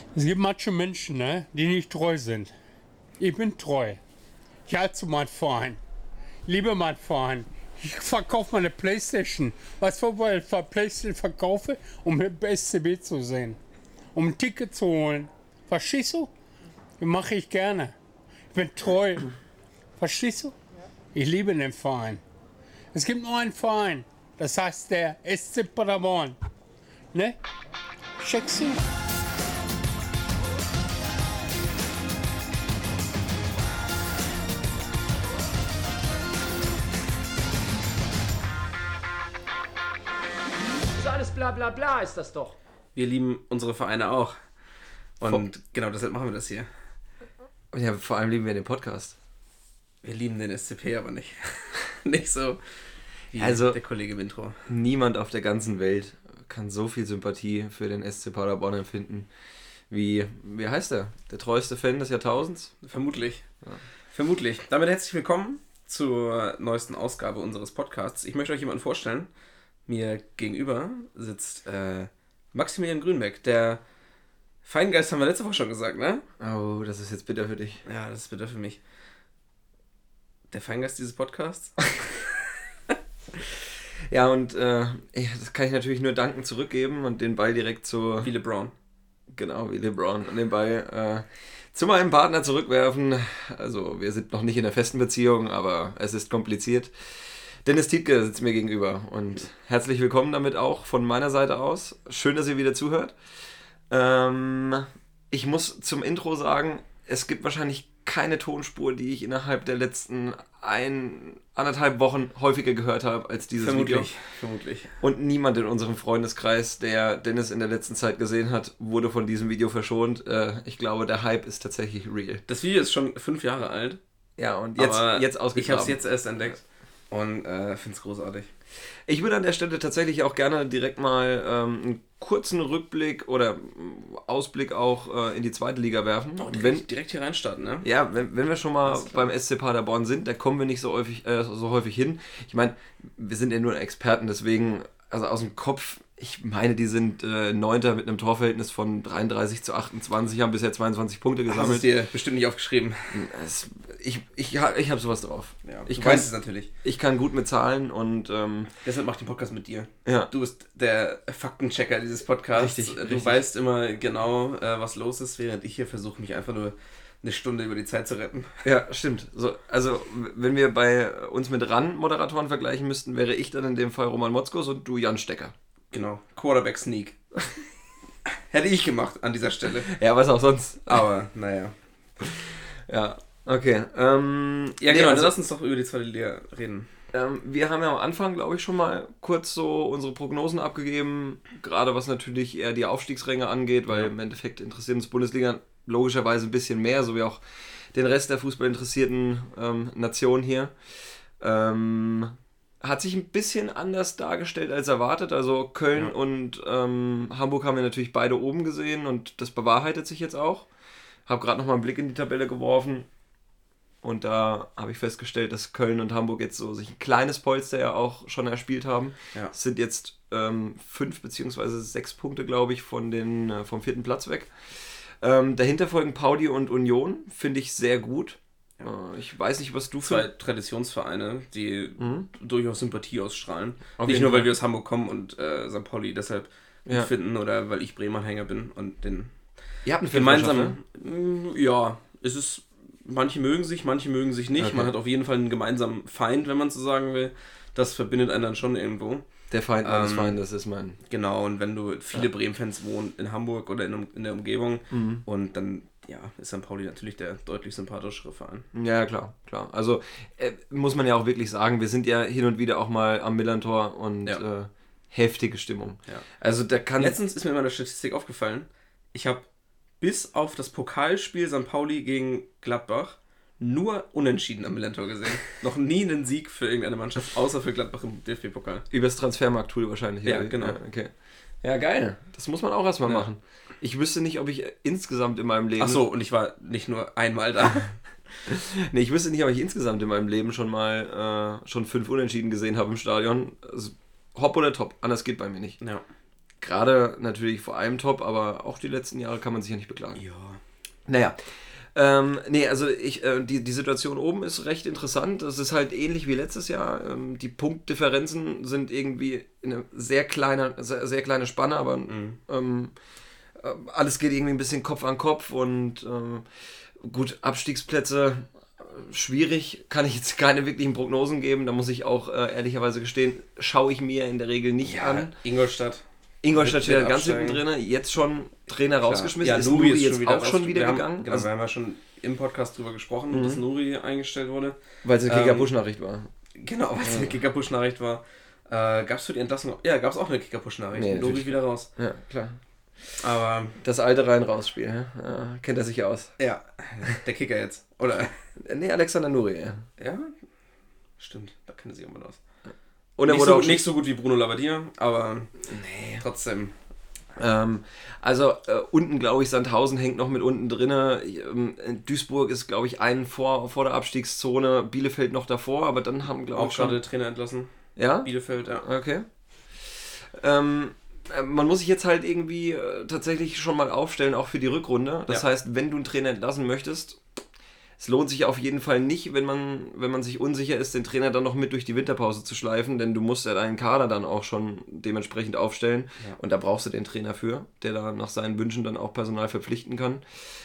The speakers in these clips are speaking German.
Es gibt manche Menschen, ne, die nicht treu sind. Ich bin treu. Ich halte zu meinem Verein. Liebe meinen Verein. Ich verkaufe meine Playstation. Weißt du, weil ich Playstation verkaufe? Um SCB zu sehen. Um ein Ticket zu holen. Verstehst du? Das mache ich gerne. Ich bin treu. Verstehst du? Ich liebe den Verein. Es gibt nur einen Verein. Das heißt der SC Paderborn. Ne? Checkst du? Das ist alles bla bla bla, ist das doch. Wir lieben unsere Vereine auch. Und genau deshalb machen wir das hier. Und ja, vor allem lieben wir den Podcast. Wir lieben den SCP aber nicht. Nicht so wie Also, der Kollege im Intro. Niemand auf der ganzen Welt kann so viel Sympathie für den SC Paderborn empfinden wie heißt er? Der treueste Fan des Jahrtausends? Vermutlich. Ja. Vermutlich. Damit herzlich willkommen zur neuesten Ausgabe unseres Podcasts. Ich möchte euch jemanden vorstellen. Mir gegenüber sitzt Maximilian Grünbeck, der Feingeist, haben wir letzte Woche schon gesagt, ne? Oh, das ist jetzt bitter für dich. Ja, das ist bitter für mich. Der Feingeist dieses Podcasts? Ja, und das kann ich natürlich nur dankend zurückgeben und den Ball direkt zu... Wie LeBron. Genau, wie LeBron. Und den Ball zu meinem Partner zurückwerfen. Also, wir sind noch nicht in der festen Beziehung, aber es ist kompliziert. Dennis Tietke sitzt mir gegenüber und herzlich willkommen damit auch von meiner Seite aus. Schön, dass ihr wieder zuhört. Ich muss zum Intro sagen, es gibt wahrscheinlich keine Tonspur, die ich innerhalb der letzten 1,5 Wochen häufiger gehört habe als dieses Video. Vermutlich. Und niemand in unserem Freundeskreis, der Dennis in der letzten Zeit gesehen hat, wurde von diesem Video verschont. Ich glaube, der Hype ist tatsächlich real. Das Video ist schon 5 Jahre alt. Ja, und jetzt ausgegraben. Ich habe es jetzt erst entdeckt und finde es großartig. Ich würde an der Stelle tatsächlich auch gerne direkt mal einen kurzen Rückblick oder Ausblick auch in die zweite Liga werfen. Oh, direkt hier reinstarten, ne? Ja, wenn wir schon mal beim SC Paderborn sind, da kommen wir nicht so häufig hin. Ich meine, wir sind ja nur Experten, deswegen, also aus dem Kopf, ich meine, die sind 9. mit einem Torverhältnis von 33:28, haben bisher 22 Punkte gesammelt. Hast du dir bestimmt nicht aufgeschrieben. Ich habe sowas drauf. Ja, ich weiß es natürlich. Ich kann gut mit Zahlen und... Deshalb mach ich den Podcast mit dir. Ja. Du bist der Faktenchecker dieses Podcasts. Richtig. Weißt immer genau, was los ist, während ich hier versuche, mich einfach nur eine Stunde über die Zeit zu retten. Ja, stimmt. So, also, wenn wir bei uns mit RAN-Moderatoren vergleichen müssten, wäre ich dann in dem Fall Roman Motzkos und du Jan Stecker. Genau. Quarterback Sneak. Hätte ich gemacht an dieser Stelle. Ja, was auch sonst. Aber, naja. Ja, okay. Ja, genau. Also, lass uns doch über die zweite Liga reden. Wir haben ja am Anfang, glaube ich, schon mal kurz so unsere Prognosen abgegeben. Gerade was natürlich eher die Aufstiegsränge angeht, weil im Endeffekt interessiert uns Bundesliga logischerweise ein bisschen mehr, so wie auch den Rest der fußballinteressierten Nationen hier. Hat sich ein bisschen anders dargestellt als erwartet. Also Köln und Hamburg haben wir natürlich beide oben gesehen und das bewahrheitet sich jetzt auch. Habe gerade nochmal einen Blick in die Tabelle geworfen und da habe ich festgestellt, dass Köln und Hamburg jetzt so sich ein kleines Polster ja auch schon erspielt haben. Ja. Es sind jetzt 5 bzw. 6 Punkte, glaube ich, vom 4. Platz weg. Dahinter folgen Pauli und Union, finde ich sehr gut. Ich weiß nicht, was du für... 2 Traditionsvereine, die durchaus Sympathie ausstrahlen. Auf Nicht jeden nur, Fall. weil wir aus Hamburg kommen und St. Pauli deshalb gut finden oder weil ich Bremen-Anhänger bin und den Ihr habt eine gemeinsam... Ja, es ist... Manche mögen sich nicht. Okay. Man hat auf jeden Fall einen gemeinsamen Feind, wenn man so sagen will. Das verbindet einen dann schon irgendwo. Der Feind meines Feindes ist mein... Genau, und wenn du viele Bremen-Fans wohnen in Hamburg oder in der Umgebung und dann... Ja, ist St. Pauli natürlich der deutlich sympathischere Verein. Ja, klar. Also muss man ja auch wirklich sagen, wir sind ja hin und wieder auch mal am Millantor und heftige Stimmung. Ja. Also da kann... Letztens ist mir mal eine Statistik aufgefallen. Ich habe bis auf das Pokalspiel St. Pauli gegen Gladbach nur Unentschieden am Millantor gesehen. Noch nie einen Sieg für irgendeine Mannschaft, außer für Gladbach im DFB-Pokal. Übers Transfermarkt-Tool wahrscheinlich. Ja, oder? genau. Ja, okay. Ja, geil. Das muss man auch erstmal machen. Ich wüsste nicht, ob ich insgesamt in meinem Leben... Ach so, und ich war nicht nur einmal da. Nee, ich wüsste nicht, ob ich insgesamt in meinem Leben schon 5 Unentschieden gesehen habe im Stadion. Also, hopp oder top, anders geht bei mir nicht. Ja. gerade natürlich vor allem top, aber auch die letzten Jahre kann man sich ja nicht beklagen. Ja. Naja. Also die Situation oben ist recht interessant. Es ist halt ähnlich wie letztes Jahr. Die Punktdifferenzen sind irgendwie eine sehr kleine Spanne, aber alles geht irgendwie ein bisschen Kopf an Kopf und gut, Abstiegsplätze schwierig, kann ich jetzt keine wirklichen Prognosen geben. Da muss ich auch ehrlicherweise gestehen, schaue ich mir in der Regel nicht an. Ingolstadt Steht halt ganz hinten drin, jetzt schon Trainer rausgeschmissen. Ja, ist Nuri jetzt schon auch schon wieder gegangen? Genau, wir haben ja schon im Podcast drüber gesprochen, dass Nuri eingestellt wurde. Weil es eine Kicker-Push-Nachricht war. Genau, weil es eine Kicker-Push-Nachricht war. Gab es für die Entlassung... Ja, gab es auch eine Kicker-Push-Nachricht. Nee, Nuri wieder raus. Ja, klar. Aber... Das alte Rein-Raus-Spiel, ja, kennt er sich aus. Ja, der Kicker jetzt. Oder? Nee, Alexander Nuri, ja. Ja? Stimmt, da kennt er sich auch mal aus. Und er nicht, wurde nicht so gut wie Bruno Labbadia, aber trotzdem. Unten, glaube ich, Sandhausen hängt noch mit unten drin. Duisburg ist, glaube ich, einen vor der Abstiegszone. Bielefeld noch davor, aber dann haben, glaube ich, auch gerade Trainer entlassen. Ja? Bielefeld, ja. Okay. Man muss sich jetzt halt irgendwie tatsächlich schon mal aufstellen, auch für die Rückrunde. Das heißt, wenn du einen Trainer entlassen möchtest, es lohnt sich auf jeden Fall nicht, wenn man sich unsicher ist, den Trainer dann noch mit durch die Winterpause zu schleifen, denn du musst ja deinen Kader dann auch schon dementsprechend aufstellen und da brauchst du den Trainer für, der da nach seinen Wünschen dann auch Personal verpflichten kann.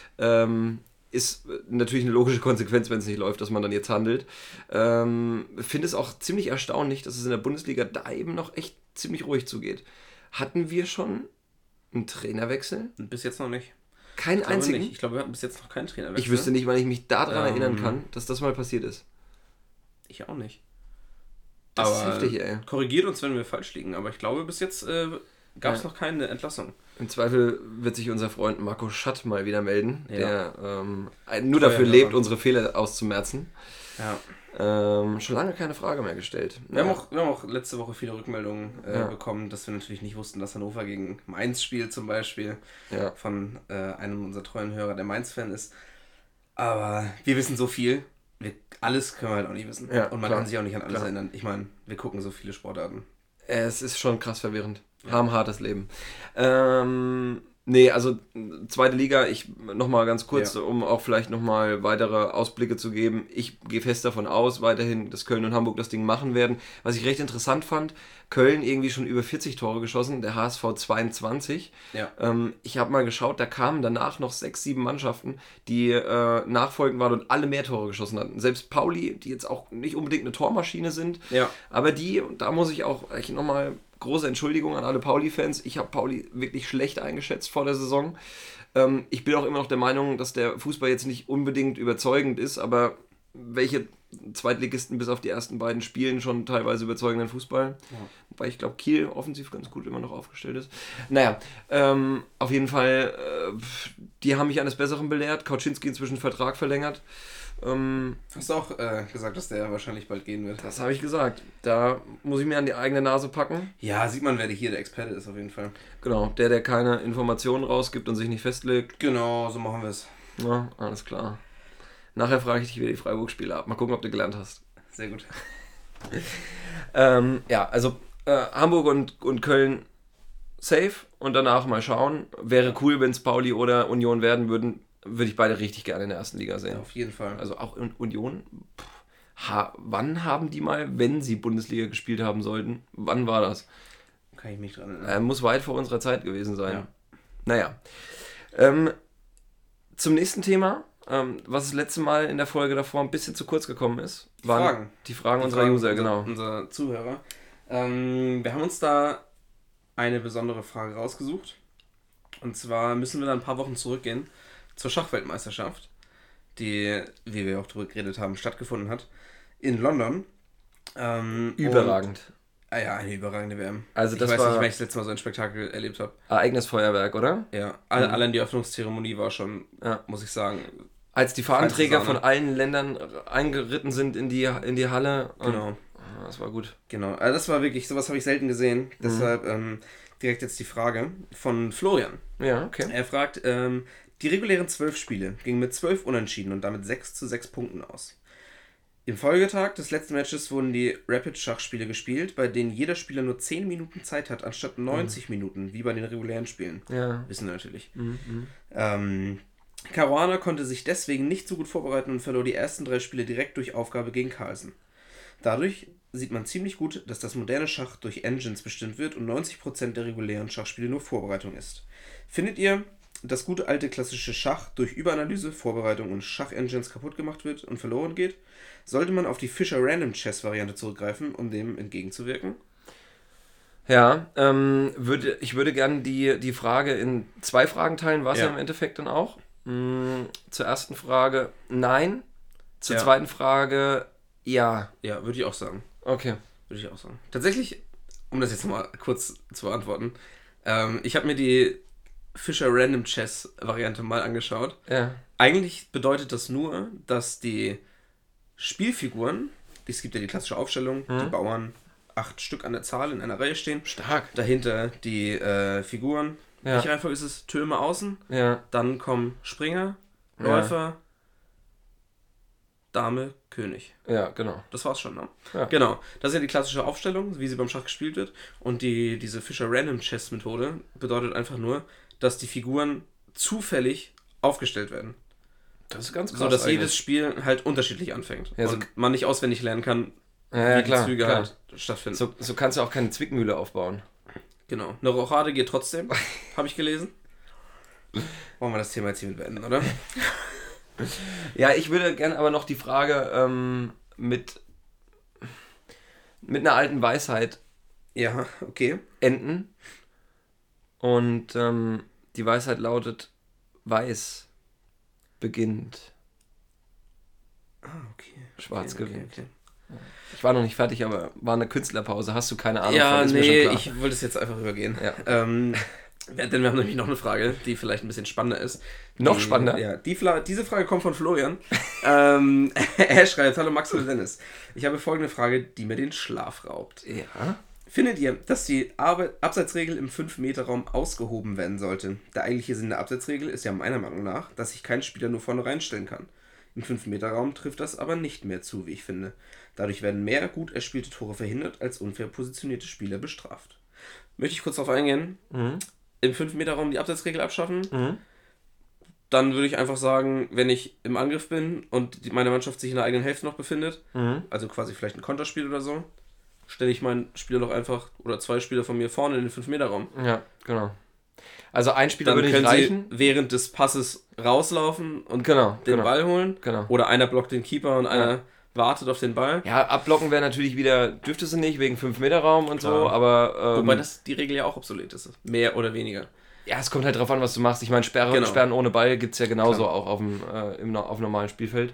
Ist natürlich eine logische Konsequenz, wenn es nicht läuft, dass man dann jetzt handelt. Finde es auch ziemlich erstaunlich, dass es in der Bundesliga da eben noch echt ziemlich ruhig zugeht. Hatten wir schon einen Trainerwechsel? Bis jetzt noch nicht. Keinen einzigen? Nicht. Ich glaube, wir hatten bis jetzt noch keinen Trainerwechsel. Ich wüsste nicht, wann ich mich daran erinnern kann, dass das mal passiert ist. Ich auch nicht. Das aber ist heftig, ey. Korrigiert uns, wenn wir falsch liegen. Aber ich glaube, bis jetzt gab es noch keine Entlassung. Im Zweifel wird sich unser Freund Marco Schatt mal wieder melden, der nur Teuer dafür lebt, unsere Fehler auszumerzen. Ja. Schon lange keine Frage mehr gestellt. Wir haben auch letzte Woche viele Rückmeldungen bekommen, dass wir natürlich nicht wussten, dass Hannover gegen Mainz spielt zum Beispiel. Ja. Von einem unserer treuen Hörer, der Mainz-Fan ist. Aber wir wissen so viel. Alles können wir halt auch nicht wissen. Ja, und man kann sich auch nicht an alles erinnern. Ich meine, wir gucken so viele Sportarten. Es ist schon krass verwirrend. Haben hartes Leben. Nee, also zweite Liga, ich nochmal ganz kurz, um auch vielleicht nochmal weitere Ausblicke zu geben. Ich gehe fest davon aus, weiterhin, dass Köln und Hamburg das Ding machen werden. Was ich recht interessant fand, Köln irgendwie schon über 40 Tore geschossen, der HSV 22. Ja. Ich habe mal geschaut, da kamen danach noch 6, 7 Mannschaften, die nachfolgend waren und alle mehr Tore geschossen hatten. Selbst Pauli, die jetzt auch nicht unbedingt eine Tormaschine sind, aber die, und da muss ich auch echt nochmal große Entschuldigung an alle Pauli-Fans. Ich habe Pauli wirklich schlecht eingeschätzt vor der Saison. Ich bin auch immer noch der Meinung, dass der Fußball jetzt nicht unbedingt überzeugend ist, aber welche Zweitligisten bis auf die ersten beiden spielen schon teilweise überzeugenden Fußball. Ja. Wobei ich glaube, Kiel offensiv ganz gut immer noch aufgestellt ist. Naja, auf jeden Fall, die haben mich eines Besseren belehrt. Kauczynski inzwischen Vertrag verlängert. Hast du auch gesagt, dass der wahrscheinlich bald gehen wird? Das habe ich gesagt. Da muss ich mir an die eigene Nase packen. Ja, sieht man, wer hier der Experte ist auf jeden Fall. Genau, der keine Informationen rausgibt und sich nicht festlegt. Genau, so machen wir es. Ja, alles klar. Nachher frage ich dich wieder die Freiburg-Spiele ab. Mal gucken, ob du gelernt hast. Sehr gut. Also Hamburg und Köln safe und danach mal schauen. Wäre cool, wenn es Pauli oder Union werden würden. Würde ich beide richtig gerne in der ersten Liga sehen. Ja, auf jeden Fall. Also auch in Union. Wann haben die mal, wenn sie Bundesliga gespielt haben sollten, wann war das? Kann ich mich dran erinnern. Muss weit vor unserer Zeit gewesen sein. Ja. Naja. Zum nächsten Thema, was das letzte Mal in der Folge davor ein bisschen zu kurz gekommen ist, waren die Fragen unserer User, genau. Unserer Zuhörer. Wir haben uns da eine besondere Frage rausgesucht. Und zwar müssen wir da ein paar Wochen zurückgehen zur Schachweltmeisterschaft, die, wie wir auch drüber geredet haben, stattgefunden hat in London. Überragend. Eine überragende WM. Also ich weiß nicht, wann ich das letzte Mal so ein Spektakel erlebt habe. Ereignisfeuerwerk, oder? Ja, allein die Öffnungszeremonie war schon, muss ich sagen. Als die Fahnenträger von allen Ländern eingeritten sind in die Halle. Genau. Das war gut. Genau, also das war wirklich, sowas habe ich selten gesehen. Deshalb direkt jetzt die Frage von Florian. Ja, okay. Er fragt, die regulären 12 Spiele gingen mit 12 Unentschieden und damit 6:6 Punkten aus. Im Folgetag des letzten Matches wurden die Rapid-Schachspiele gespielt, bei denen jeder Spieler nur 10 Minuten Zeit hat, anstatt 90 Minuten, wie bei den regulären Spielen. Ja. Wissen wir natürlich. Caruana konnte sich deswegen nicht so gut vorbereiten und verlor die ersten 3 Spiele direkt durch Aufgabe gegen Carlsen. Dadurch sieht man ziemlich gut, dass das moderne Schach durch Engines bestimmt wird und 90% der regulären Schachspiele nur Vorbereitung ist. Findet ihr, dass gute alte klassische Schach durch Überanalyse, Vorbereitung und Schach-Engines kaputt gemacht wird und verloren geht? Sollte man auf die Fischer Random Chess Variante zurückgreifen, um dem entgegenzuwirken? Ja, ich würde gerne die Frage in 2 Fragen teilen, war es ja im Endeffekt dann auch. Zur ersten Frage nein, zur zweiten Frage ja. Ja, würde ich auch sagen. Okay. Würde ich auch sagen. Tatsächlich, um das jetzt mal kurz zu beantworten, ich habe mir die Fischer Random Chess Variante mal angeschaut. Ja. Eigentlich bedeutet das nur, dass die Spielfiguren, es gibt ja die klassische Aufstellung, die Bauern 8 Stück an der Zahl in einer Reihe stehen. Stark. Dahinter die Figuren. Ja. Welche Reihenfolge ist es? Türme außen. Ja. Dann kommen Springer, Läufer, Dame, König. Ja, genau. Das war's schon, ne? Ja. Genau. Das ist ja die klassische Aufstellung, wie sie beim Schach gespielt wird. Und diese Fischer Random Chess Methode bedeutet einfach nur, dass die Figuren zufällig aufgestellt werden. Das ist ganz krass. So dass eigentlich. jedes Spiel halt unterschiedlich anfängt. Ja, und man nicht auswendig lernen kann, ja, wie die klar, Züge klar. halt stattfinden. So kannst du auch keine Zwickmühle aufbauen. Genau. Eine Rochade geht trotzdem, habe ich gelesen. Wollen wir das Thema jetzt hiermit beenden, oder? Ja, ich würde gerne aber noch die Frage mit einer alten Weisheit Ja, okay. enden. Und die Weisheit lautet, weiß beginnt, Okay. schwarz Okay. gewinnt. Ich war noch nicht fertig, aber war eine Künstlerpause. Hast du keine Ahnung Ja, von? Ist mir nee, schon klar. ich wollte es jetzt einfach übergehen. Ja. Denn wir haben nämlich noch eine Frage, die vielleicht ein bisschen spannender ist. Noch spannender? Ja, diese Frage kommt von Florian. Er schreibt, hallo Max und Dennis. Ich habe folgende Frage, die mir den Schlaf raubt. Ja. Findet ihr, dass die Abseitsregel im 5-Meter-Raum ausgehoben werden sollte? Der eigentliche Sinn der Abseitsregel ist ja meiner Meinung nach, dass sich kein Spieler nur vorne reinstellen kann. Im 5-Meter-Raum trifft das aber nicht mehr zu, wie ich finde. Dadurch werden mehr gut erspielte Tore verhindert, als unfair positionierte Spieler bestraft. Möchte ich kurz darauf eingehen. Im 5-Meter-Raum die Abseitsregel abschaffen. Dann würde ich einfach sagen, wenn ich im Angriff bin und meine Mannschaft sich in der eigenen Hälfte noch befindet, also quasi vielleicht ein Konterspiel oder so, stelle ich meinen Spieler doch einfach oder 2 Spieler von mir vorne in den 5-Meter-Raum. Ja, genau. Also ein Spieler Dann würde nicht können reichen. sie während des Passes rauslaufen und den Ball holen. Genau. Oder einer blockt den Keeper und einer wartet auf den Ball. Ja, abblocken wäre natürlich wieder, dürfte sie nicht, wegen 5-Meter-Raum und so, aber... Wobei die Regel ja auch obsolet ist. Mehr oder weniger. Ja, es kommt halt drauf an, was du machst. Ich meine, Sperren ohne Ball gibt es ja genauso auch auf dem normalen Spielfeld.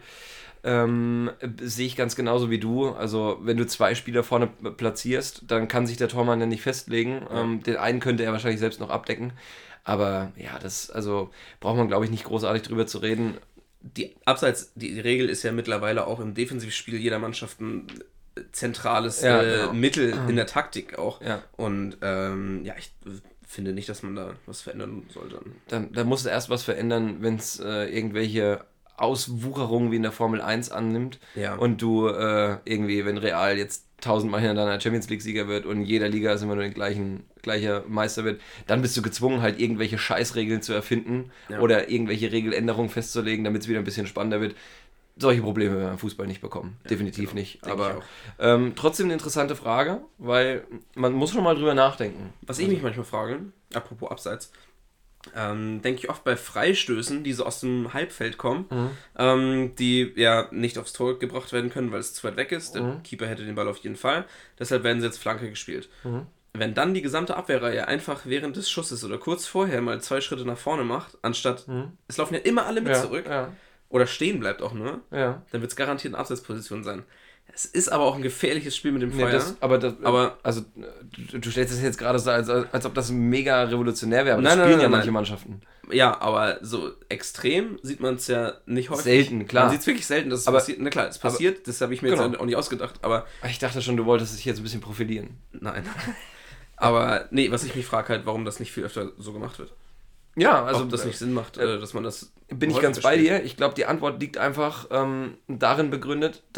Sehe ich ganz genauso wie du. Also, wenn du 2 Spieler vorne platzierst, dann kann sich der Tormann ja nicht festlegen. Den einen könnte er wahrscheinlich selbst noch abdecken. Aber ja, braucht man, glaube ich, nicht großartig drüber zu reden. Die Regel ist ja mittlerweile auch im Defensivspiel jeder Mannschaft ein zentrales Mittel in der Taktik auch. Ja. Und ich finde nicht, dass man da was verändern sollte. Da muss es erst was verändern, wenn es irgendwelche Auswucherungen wie in der Formel 1 annimmt und du irgendwie, wenn Real jetzt 1000-mal hintereinander Champions League-Sieger wird und in jeder Liga ist immer nur gleicher Meister wird, dann bist du gezwungen, halt irgendwelche Scheißregeln zu erfinden oder irgendwelche Regeländerungen festzulegen, damit es wieder ein bisschen spannender wird. Solche Probleme werden wir im Fußball nicht bekommen. Definitiv nicht. Aber trotzdem eine interessante Frage, weil man muss schon mal drüber nachdenken. Was ich mich manchmal frage, apropos Abseits, denke ich oft bei Freistößen, die so aus dem Halbfeld kommen, die ja nicht aufs Tor gebracht werden können, weil es zu weit weg ist. Der Keeper hätte den Ball auf jeden Fall. Deshalb werden sie jetzt Flanke gespielt. Wenn dann die gesamte Abwehrreihe einfach während des Schusses oder kurz vorher mal 2 Schritte nach vorne macht, anstatt, es laufen ja immer alle mit zurück, oder stehen bleibt auch nur, dann wird es garantiert eine Abseitsposition sein. Es ist aber auch ein gefährliches Spiel mit dem Feuer. Also du stellst es jetzt gerade so, als ob das mega revolutionär wäre, aber das spielen ja manche Mannschaften. Ja, aber so extrem sieht man es ja nicht häufig. Selten, klar. Man sieht es wirklich selten, dass es passiert. Na klar, es passiert, das habe ich mir jetzt auch nicht ausgedacht, aber... Ich dachte schon, du wolltest dich jetzt ein bisschen profilieren. Nein. Aber nee, was ich mich frage halt, warum das nicht viel öfter so gemacht wird. Ja, also... Ob das nicht Sinn macht, dass man das... Bin ich ganz bei dir. Ich glaube, die Antwort liegt einfach darin begründet, dass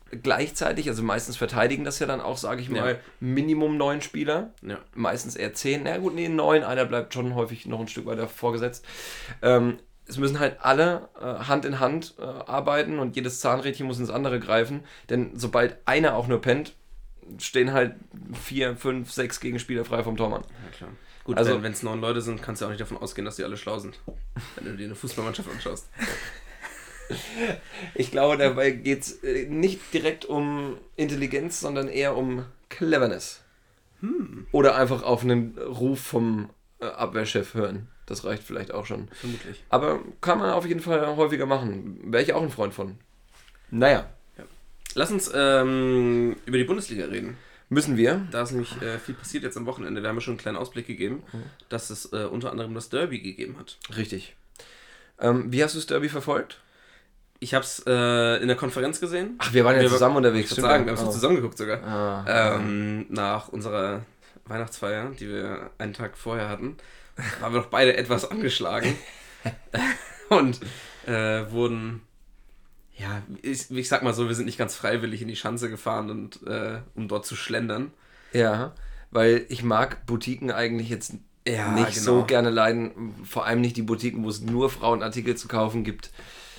gleichzeitig, also meistens verteidigen das ja dann auch, sage ich mal, Minimum 9 Spieler, meistens eher 10, na gut, 9, einer bleibt schon häufig noch ein Stück weiter vorgesetzt. Es müssen halt alle Hand in Hand arbeiten und jedes Zahnrädchen muss ins andere greifen, denn sobald einer auch nur pennt, stehen halt 4, 5, 6 Gegenspieler frei vom Tormann. Ja, klar. Gut, also, wenn es 9 Leute sind, kannst du auch nicht davon ausgehen, dass die alle schlau sind, wenn du dir eine Fußballmannschaft anschaust. Ich glaube, dabei geht es nicht direkt um Intelligenz, sondern eher um Cleverness. Oder einfach auf einen Ruf vom Abwehrchef hören. Das reicht vielleicht auch schon. Vermutlich. Aber kann man auf jeden Fall häufiger machen. Wäre ich auch ein Freund von. Naja. Ja. Lass uns über die Bundesliga reden. Müssen wir. Da ist nämlich viel passiert jetzt am Wochenende. Wir haben ja schon einen kleinen Ausblick gegeben, dass es unter anderem das Derby gegeben hat. Richtig. Wie hast du das Derby verfolgt? Ich habe es in der Konferenz gesehen. Ach, wir waren ja zusammen unterwegs. Ich würde sagen, wir haben es zusammen geguckt sogar. Nach unserer Weihnachtsfeier, die wir einen Tag vorher hatten, waren wir doch beide etwas angeschlagen und wurden, ja, ich sag mal so, wir sind nicht ganz freiwillig in die Schanze gefahren, und um dort zu schlendern. Ja, weil ich mag Boutiquen eigentlich jetzt nicht so gerne leiden, vor allem nicht die Boutiquen, wo es nur Frauenartikel zu kaufen gibt.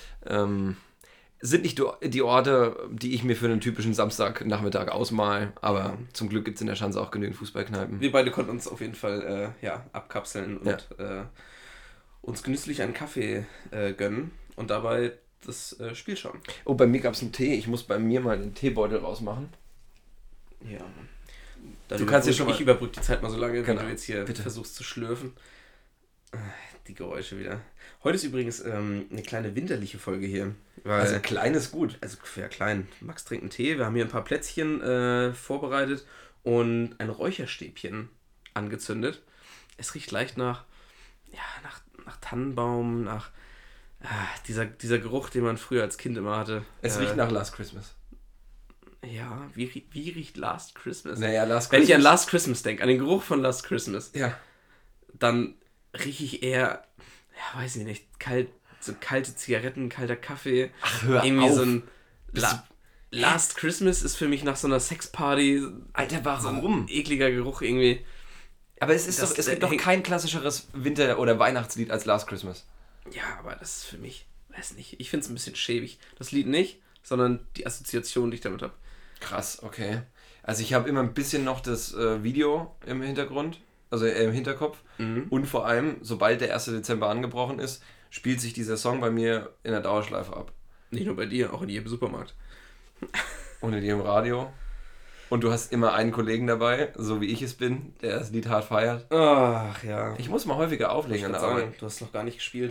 Sind nicht die Orte, die ich mir für einen typischen Samstagnachmittag ausmale, aber zum Glück gibt es in der Schanze auch genügend Fußballkneipen. Wir beide konnten uns auf jeden Fall abkapseln und uns genüsslich einen Kaffee gönnen und dabei das Spiel schauen. Oh, bei mir gab es einen Tee. Ich muss bei mir mal den Teebeutel rausmachen. Ja. Du kannst ja schon mal... Ich überbrücke die Zeit mal so lange, genau, wenn du jetzt hier bitte versuchst zu schlürfen. Die Geräusche wieder. Heute ist übrigens eine kleine winterliche Folge hier. Weil, also klein ist gut. Also ja, klein. Max trinkt einen Tee. Wir haben hier ein paar Plätzchen vorbereitet und ein Räucherstäbchen angezündet. Es riecht leicht nach Tannenbaum, nach dieser Geruch, den man früher als Kind immer hatte. Es riecht nach Last Christmas. Ja, wie riecht Last Christmas? Naja, Last Christmas. Wenn ich an Last Christmas denke, an den Geruch von Last Christmas, dann rieche ich eher, weiß ich nicht, so kalte Zigaretten, kalter Kaffee. Ach, hör irgendwie auf. So ein Last Christmas ist für mich nach so einer Sexparty. Alter, warum? So ein ekliger Geruch irgendwie. Aber es gibt doch kein klassischeres Winter- oder Weihnachtslied als Last Christmas. Ja, aber das ist für mich, weiß nicht, ich finde es ein bisschen schäbig. Das Lied nicht, sondern die Assoziation, die ich damit habe. Krass, okay. Also ich habe immer ein bisschen noch das Video im Hintergrund, also im Hinterkopf. Und vor allem, sobald der 1. Dezember angebrochen ist, spielt sich dieser Song bei mir in der Dauerschleife ab. Nicht nur bei dir, auch in jedem Supermarkt. Und in jedem Radio. Und du hast immer einen Kollegen dabei, so wie ich es bin, der das Lied hart feiert. Ach ja. Ich muss mal häufiger auflegen an der Arbeit. Du hast noch gar nicht gespielt.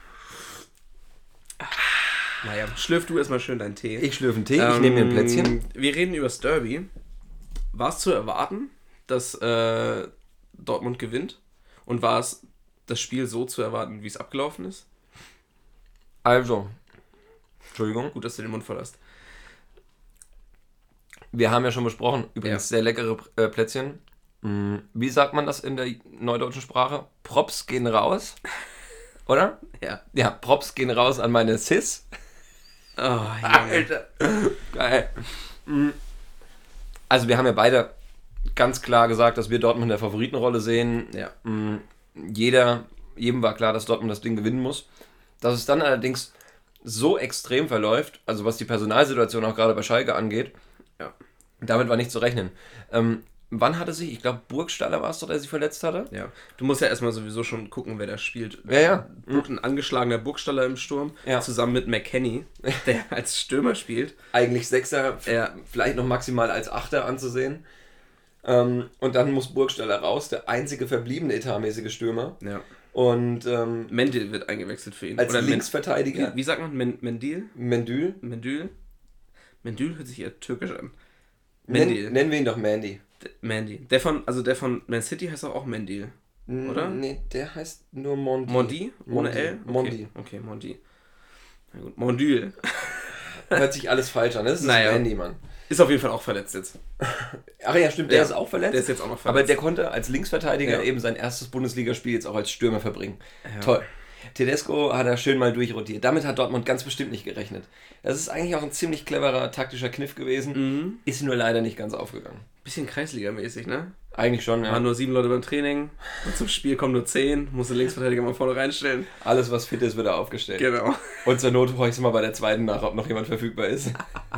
Naja, schlürf du erstmal schön deinen Tee. Ich schlürfe einen Tee, ich nehme mir ein Plätzchen. Wir reden über das Derby. War es zu erwarten, dass Dortmund gewinnt? Und war es das Spiel so zu erwarten, wie es abgelaufen ist? Also, Entschuldigung. Gut, dass du den Mund voll hast. Wir haben ja schon besprochen, übrigens sehr leckere Plätzchen. Wie sagt man das in der neudeutschen Sprache? Props gehen raus, oder? Ja. Ja, Props gehen raus an meine Sis. Oh, Junge. Alter. Geil. Also wir haben ja beide ganz klar gesagt, dass wir Dortmund in der Favoritenrolle sehen. Ja. Jedem war klar, dass Dortmund das Ding gewinnen muss. Dass es dann allerdings so extrem verläuft, also was die Personalsituation auch gerade bei Schalke angeht, damit war nicht zu rechnen. Wann hatte sich, ich glaube Burgstaller war es doch, der sich verletzt hatte? Ja. Du musst ja erstmal sowieso schon gucken, wer da spielt. Ja. Ein angeschlagener Burgstaller im Sturm, zusammen mit McKennie, der als Stürmer spielt. Eigentlich Sechser, vielleicht noch maximal als Achter anzusehen. Und dann muss Burgstaller raus, der einzige verbliebene etatmäßige Stürmer. Ja. Und Mendil wird eingewechselt für ihn. Als Linksverteidiger. Wie sagt man? Mendil? Mendül. Mendül hört sich eher türkisch an. Nennen wir ihn doch Mandy. Mandy. Der von Man City heißt auch Mendil, oder? Nee, der heißt nur Mondi. Mondi? Ohne L? Mondi. Okay, Mondi. Na gut, Mondül. Hört sich alles falsch an. Das ist Mandy, Mann. Ist auf jeden Fall auch verletzt jetzt. Ach ja, stimmt, der ist auch verletzt. Der ist jetzt auch noch verletzt. Aber der konnte als Linksverteidiger eben sein erstes Bundesligaspiel jetzt auch als Stürmer verbringen. Ja. Toll. Tedesco hat er schön mal durchrotiert. Damit hat Dortmund ganz bestimmt nicht gerechnet. Das ist eigentlich auch ein ziemlich cleverer taktischer Kniff gewesen. Ist nur leider nicht ganz aufgegangen. Bisschen Kreisliga-mäßig, ne? Eigentlich schon, ja. Waren nur 7 Leute beim Training und zum Spiel kommen nur 10. Musste Linksverteidiger mal vorne reinstellen. Alles, was fit ist, wird er aufgestellt. Genau. Und zur Not horchst du mal bei der zweiten nach, ob noch jemand verfügbar ist.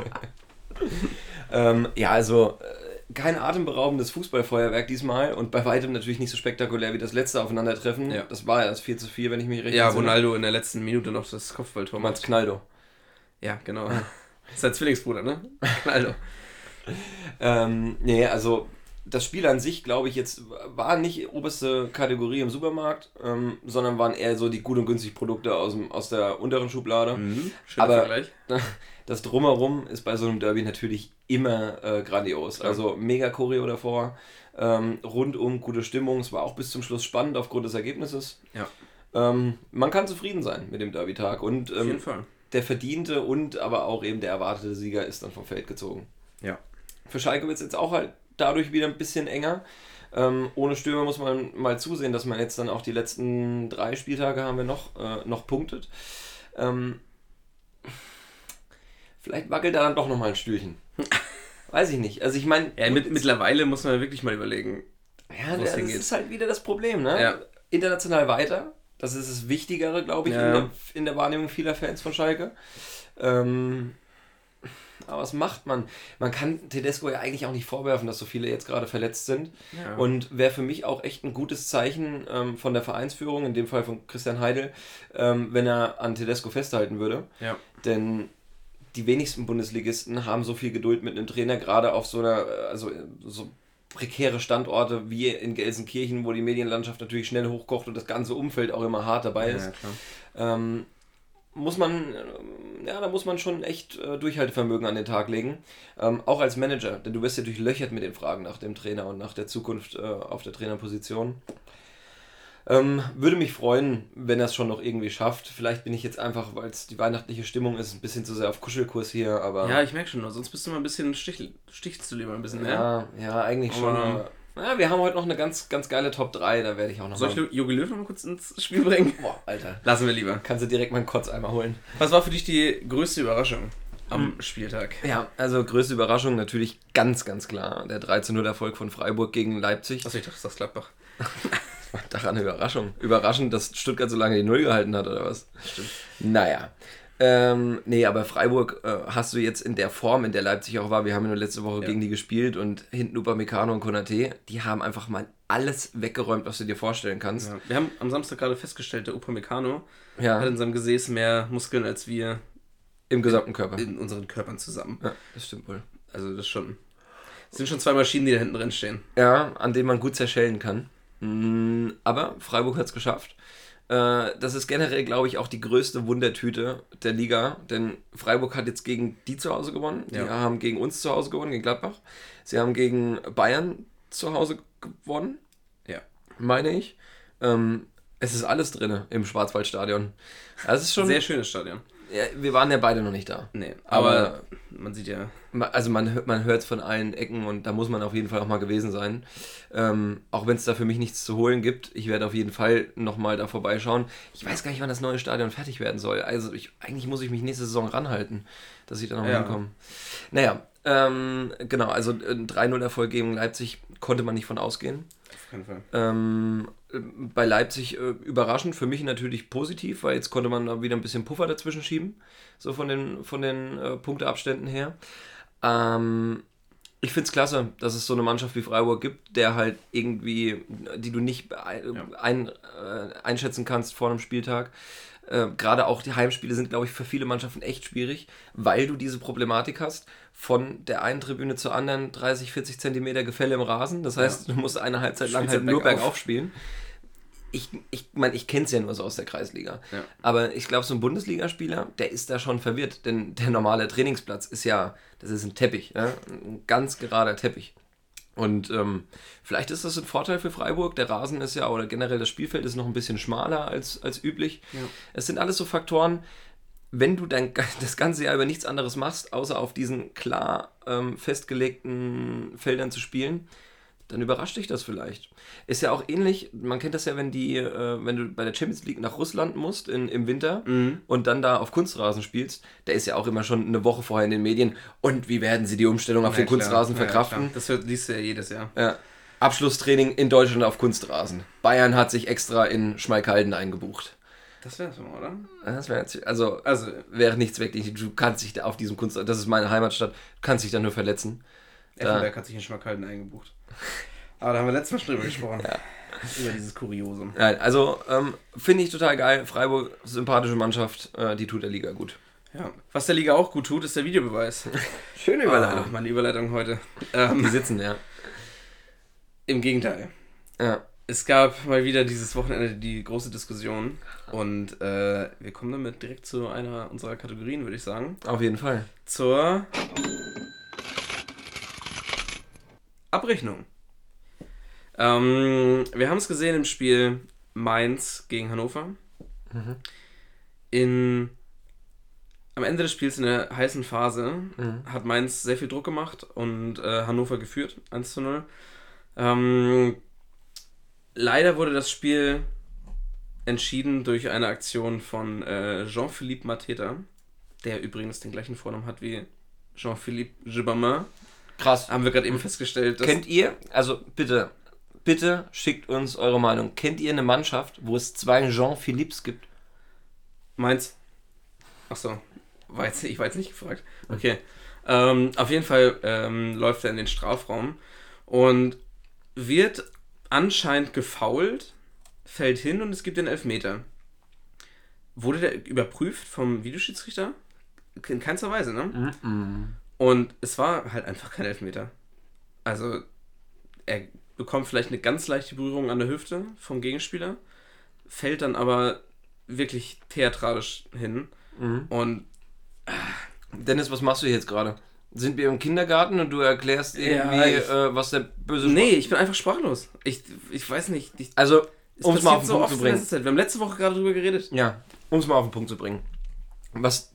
Ja, also kein atemberaubendes Fußballfeuerwerk diesmal und bei weitem natürlich nicht so spektakulär wie das letzte Aufeinandertreffen. Ja. Das war ja das 4:4, wenn ich mich recht Ja, entsinne. Ronaldo in der letzten Minute noch das Kopfballtor Mats Knaldo. Ja, genau. Sein Zwillingsbruder, ne? Knaldo. Nee, also das Spiel an sich, glaube ich, jetzt war nicht oberste Kategorie im Supermarkt, sondern waren eher so die gut und günstig Produkte aus der unteren Schublade. Schöner Aber Vergleich. das Drumherum ist bei so einem Derby natürlich immer grandios. Also mega Choreo davor, rundum gute Stimmung. Es war auch bis zum Schluss spannend aufgrund des Ergebnisses. Ja. Man kann zufrieden sein mit dem Derby-Tag und Auf jeden Fall. der verdiente und aber auch eben der erwartete Sieger ist dann vom Feld gezogen. Ja. Für Schalke wird es jetzt auch halt dadurch wieder ein bisschen enger. Ohne Stürmer muss man mal zusehen, dass man jetzt dann auch die letzten 3 Spieltage haben wir noch punktet. Vielleicht wackelt da dann doch nochmal ein Stühlchen. Weiß ich nicht. Also ich meine... Ja, mittlerweile muss man wirklich mal überlegen, Ja, wo es das hingeht. ist halt wieder das Problem, ne? Ja. International weiter. Das ist das Wichtigere, glaube ich, Ja. in der Wahrnehmung vieler Fans von Schalke. Aber was macht man? Man kann Tedesco ja eigentlich auch nicht vorwerfen, dass so viele jetzt gerade verletzt sind. Ja. Und wäre für mich auch echt ein gutes Zeichen von der Vereinsführung, in dem Fall von Christian Heidel, wenn er an Tedesco festhalten würde. Ja. Denn die wenigsten Bundesligisten haben so viel Geduld mit einem Trainer, gerade auf so einer, also so prekäre Standorte wie in Gelsenkirchen, wo die Medienlandschaft natürlich schnell hochkocht und das ganze Umfeld auch immer hart dabei ist. Ja, klar. Da muss man schon echt Durchhaltevermögen an den Tag legen. Auch als Manager, denn du wirst ja durchlöchert mit den Fragen nach dem Trainer und nach der Zukunft auf der Trainerposition. Würde mich freuen, wenn er es schon noch irgendwie schafft. Vielleicht bin ich jetzt einfach, weil es die weihnachtliche Stimmung ist, ein bisschen zu sehr auf Kuschelkurs hier, aber... Ja, ich merke schon, sonst bist du mal ein bisschen stichst du lieber ein bisschen, ne? Ja, eigentlich schon. Aber, wir haben heute noch eine ganz, ganz geile Top 3, da werde ich auch noch Soll ich Jogi Löw noch mal kurz ins Spiel bringen? Boah, Alter. Lassen wir lieber. Kannst du direkt meinen Kotzeimer holen. Was war für dich die größte Überraschung am Spieltag? Ja, also größte Überraschung natürlich ganz, ganz klar. Der 3:0-Erfolg von Freiburg gegen Leipzig. Achso, ich dachte, das ist Gladbach. Daran eine Überraschung. Überraschend, dass Stuttgart so lange die Null gehalten hat, oder was? Stimmt. Naja. Nee, aber Freiburg hast du jetzt in der Form, in der Leipzig auch war, wir haben ja nur letzte Woche gegen die gespielt und hinten Upamecano und Konaté, die haben einfach mal alles weggeräumt, was du dir vorstellen kannst. Ja. Wir haben am Samstag gerade festgestellt, der Upamecano Ja, hat in seinem Gesäß mehr Muskeln als wir im gesamten Körper. in unseren Körpern zusammen. Ja, das stimmt wohl. Also das sind schon 2 Maschinen, die da hinten drin stehen. Ja, an denen man gut zerschellen kann. Aber Freiburg hat es geschafft. Das ist generell, glaube ich, auch die größte Wundertüte der Liga, denn Freiburg hat jetzt gegen die zu Hause gewonnen, die haben gegen uns zu Hause gewonnen, gegen Gladbach. Sie haben gegen Bayern zu Hause gewonnen, Ja. meine ich. Es ist alles drin im Schwarzwaldstadion. Das ist schon... Sehr schönes Stadion. Ja, wir waren ja beide noch nicht da. Nee, aber man sieht ja... Also man hört es von allen Ecken und da muss man auf jeden Fall auch mal gewesen sein. Auch wenn es da für mich nichts zu holen gibt. Ich werde auf jeden Fall nochmal da vorbeischauen. Ich weiß gar nicht, wann das neue Stadion fertig werden soll. Also eigentlich muss ich mich nächste Saison ranhalten, dass ich da nochmal hinkomme. Naja, genau, also ein 3:0-Erfolg gegen Leipzig konnte man nicht von ausgehen. Auf keinen Fall. Bei Leipzig überraschend, für mich natürlich positiv, weil jetzt konnte man da wieder ein bisschen Puffer dazwischen schieben, so von den Punkteabständen her. Ich finde es klasse, dass es so eine Mannschaft wie Freiburg gibt, der halt irgendwie, die du nicht einschätzen kannst vor einem Spieltag. Gerade auch die Heimspiele sind, glaube ich, für viele Mannschaften echt schwierig, weil du diese Problematik hast, von der einen Tribüne zur anderen 30, 40 Zentimeter Gefälle im Rasen. Das heißt, du musst eine Halbzeit lang halt nur bergauf spielen. Ich meine, ich kenne es ja nur so aus der Kreisliga. Ja. Aber ich glaube, so ein Bundesligaspieler, der ist da schon verwirrt. Denn der normale Trainingsplatz ist ja, das ist ein Teppich. Ja? Ein ganz gerader Teppich. Und vielleicht ist das ein Vorteil für Freiburg. Der Rasen ist ja, oder generell das Spielfeld ist noch ein bisschen schmaler als üblich. Ja. Es sind alles so Faktoren, wenn du das ganze Jahr über nichts anderes machst, außer auf diesen klar festgelegten Feldern zu spielen, dann überrascht dich das vielleicht. Ist ja auch ähnlich, man kennt das ja, wenn du bei der Champions League nach Russland musst im Winter und dann da auf Kunstrasen spielst, da ist ja auch immer schon eine Woche vorher in den Medien, und wie werden sie die Umstellung auf den Kunstrasen verkraften? Das liest du ja jedes Jahr. Ja. Abschlusstraining in Deutschland auf Kunstrasen. Bayern hat sich extra in Schmalkalden eingebucht. Das wär's mal, oder? Das wäre wäre nichts wirklich. Du kannst dich da auf diesem Kunstrasen, das ist meine Heimatstadt, du kannst dich da nur verletzen. Effenberg hat sich in Schmalkalden eingebucht. Aber da haben wir letztes Mal schon drüber gesprochen. Ja. Über dieses Kuriosum. Nein, also finde ich total geil. Freiburg, sympathische Mannschaft, die tut der Liga gut. Ja. Was der Liga auch gut tut, ist der Videobeweis. Schöne Überleitung. Meine Überleitung heute. Die sitzen, ja. Im Gegenteil. Ja. Es gab mal wieder dieses Wochenende die große Diskussion und wir kommen damit direkt zu einer unserer Kategorien, würde ich sagen. Auf jeden Fall. Zur Abrechnung. Wir haben es gesehen im Spiel Mainz gegen Hannover. Am Ende des Spiels in der heißen Phase hat Mainz sehr viel Druck gemacht und Hannover geführt, 1:0. Leider wurde das Spiel entschieden durch eine Aktion von Jean-Philippe Mateta, der übrigens den gleichen Vornamen hat wie Jean-Philippe Gibbermann. Krass. Haben wir gerade eben festgestellt. Kennt ihr, also bitte schickt uns eure Meinung. Kennt ihr eine Mannschaft, wo es 2 Jean-Philippes gibt? Mainz. Achso, ich war jetzt nicht gefragt. Okay. Auf jeden Fall läuft er in den Strafraum und wird anscheinend gefoult, fällt hin und es gibt den Elfmeter. Wurde der überprüft vom Videoschiedsrichter? In keinster Weise, ne? Und es war halt einfach kein Elfmeter. Also, er bekommt vielleicht eine ganz leichte Berührung an der Hüfte vom Gegenspieler, fällt dann aber wirklich theatralisch hin. Und Dennis, was machst du jetzt gerade? Sind wir im Kindergarten und du erklärst irgendwie, was der böse... Nee, ich bin einfach sprachlos. Ich weiß nicht. Also, um es mal auf den so Punkt zu bringen. Wir haben letzte Woche gerade drüber geredet. Ja, um es mal auf den Punkt zu bringen. Was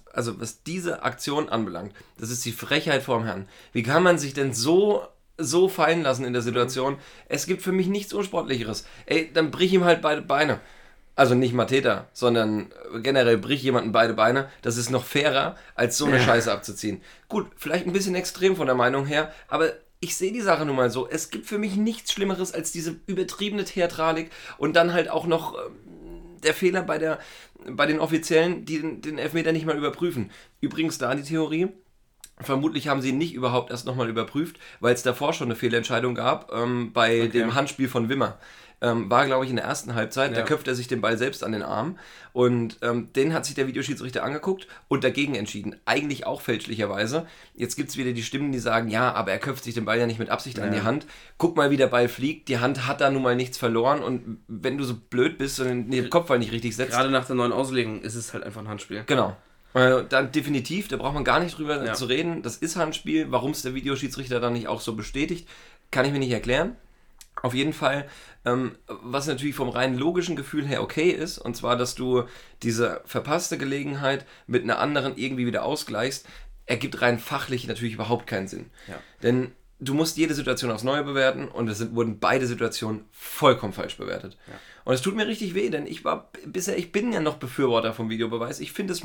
diese Aktion anbelangt, das ist die Frechheit vorm Herrn. Wie kann man sich denn so fallen lassen in der Situation? Es gibt für mich nichts Unsportlicheres. Ey, dann brich ihm halt beide Beine. Also nicht Mateta, sondern generell brich jemanden beide Beine. Das ist noch fairer, als so eine Scheiße abzuziehen. Gut, vielleicht ein bisschen extrem von der Meinung her, aber ich sehe die Sache nun mal so. Es gibt für mich nichts Schlimmeres als diese übertriebene Theatralik und dann halt auch noch der Fehler bei den Offiziellen, die den Elfmeter nicht mal überprüfen. Übrigens da die Theorie, vermutlich haben sie ihn nicht überhaupt erst nochmal überprüft, weil es davor schon eine Fehlentscheidung gab bei dem Handspiel von Wimmer. War, glaube ich, in der ersten Halbzeit. Da köpft er sich den Ball selbst an den Arm. Und den hat sich der Videoschiedsrichter angeguckt und dagegen entschieden. Eigentlich auch fälschlicherweise. Jetzt gibt es wieder die Stimmen, die sagen, ja, aber er köpft sich den Ball ja nicht mit Absicht an die Hand. Guck mal, wie der Ball fliegt. Die Hand hat da nun mal nichts verloren. Und wenn du so blöd bist und den Kopfball nicht richtig setzt... Gerade nach der neuen Auslegung ist es halt einfach ein Handspiel. Genau. Dann definitiv, da braucht man gar nicht drüber zu reden. Das ist Handspiel. Warum es der Videoschiedsrichter dann nicht auch so bestätigt, kann ich mir nicht erklären. Auf jeden Fall, was natürlich vom rein logischen Gefühl her okay ist, und zwar, dass du diese verpasste Gelegenheit mit einer anderen irgendwie wieder ausgleichst, ergibt rein fachlich natürlich überhaupt keinen Sinn. Ja. Denn du musst jede Situation aufs Neue bewerten und wurden beide Situationen vollkommen falsch bewertet. Ja. Und es tut mir richtig weh, denn ich bin ja noch Befürworter vom Videobeweis. Ich finde,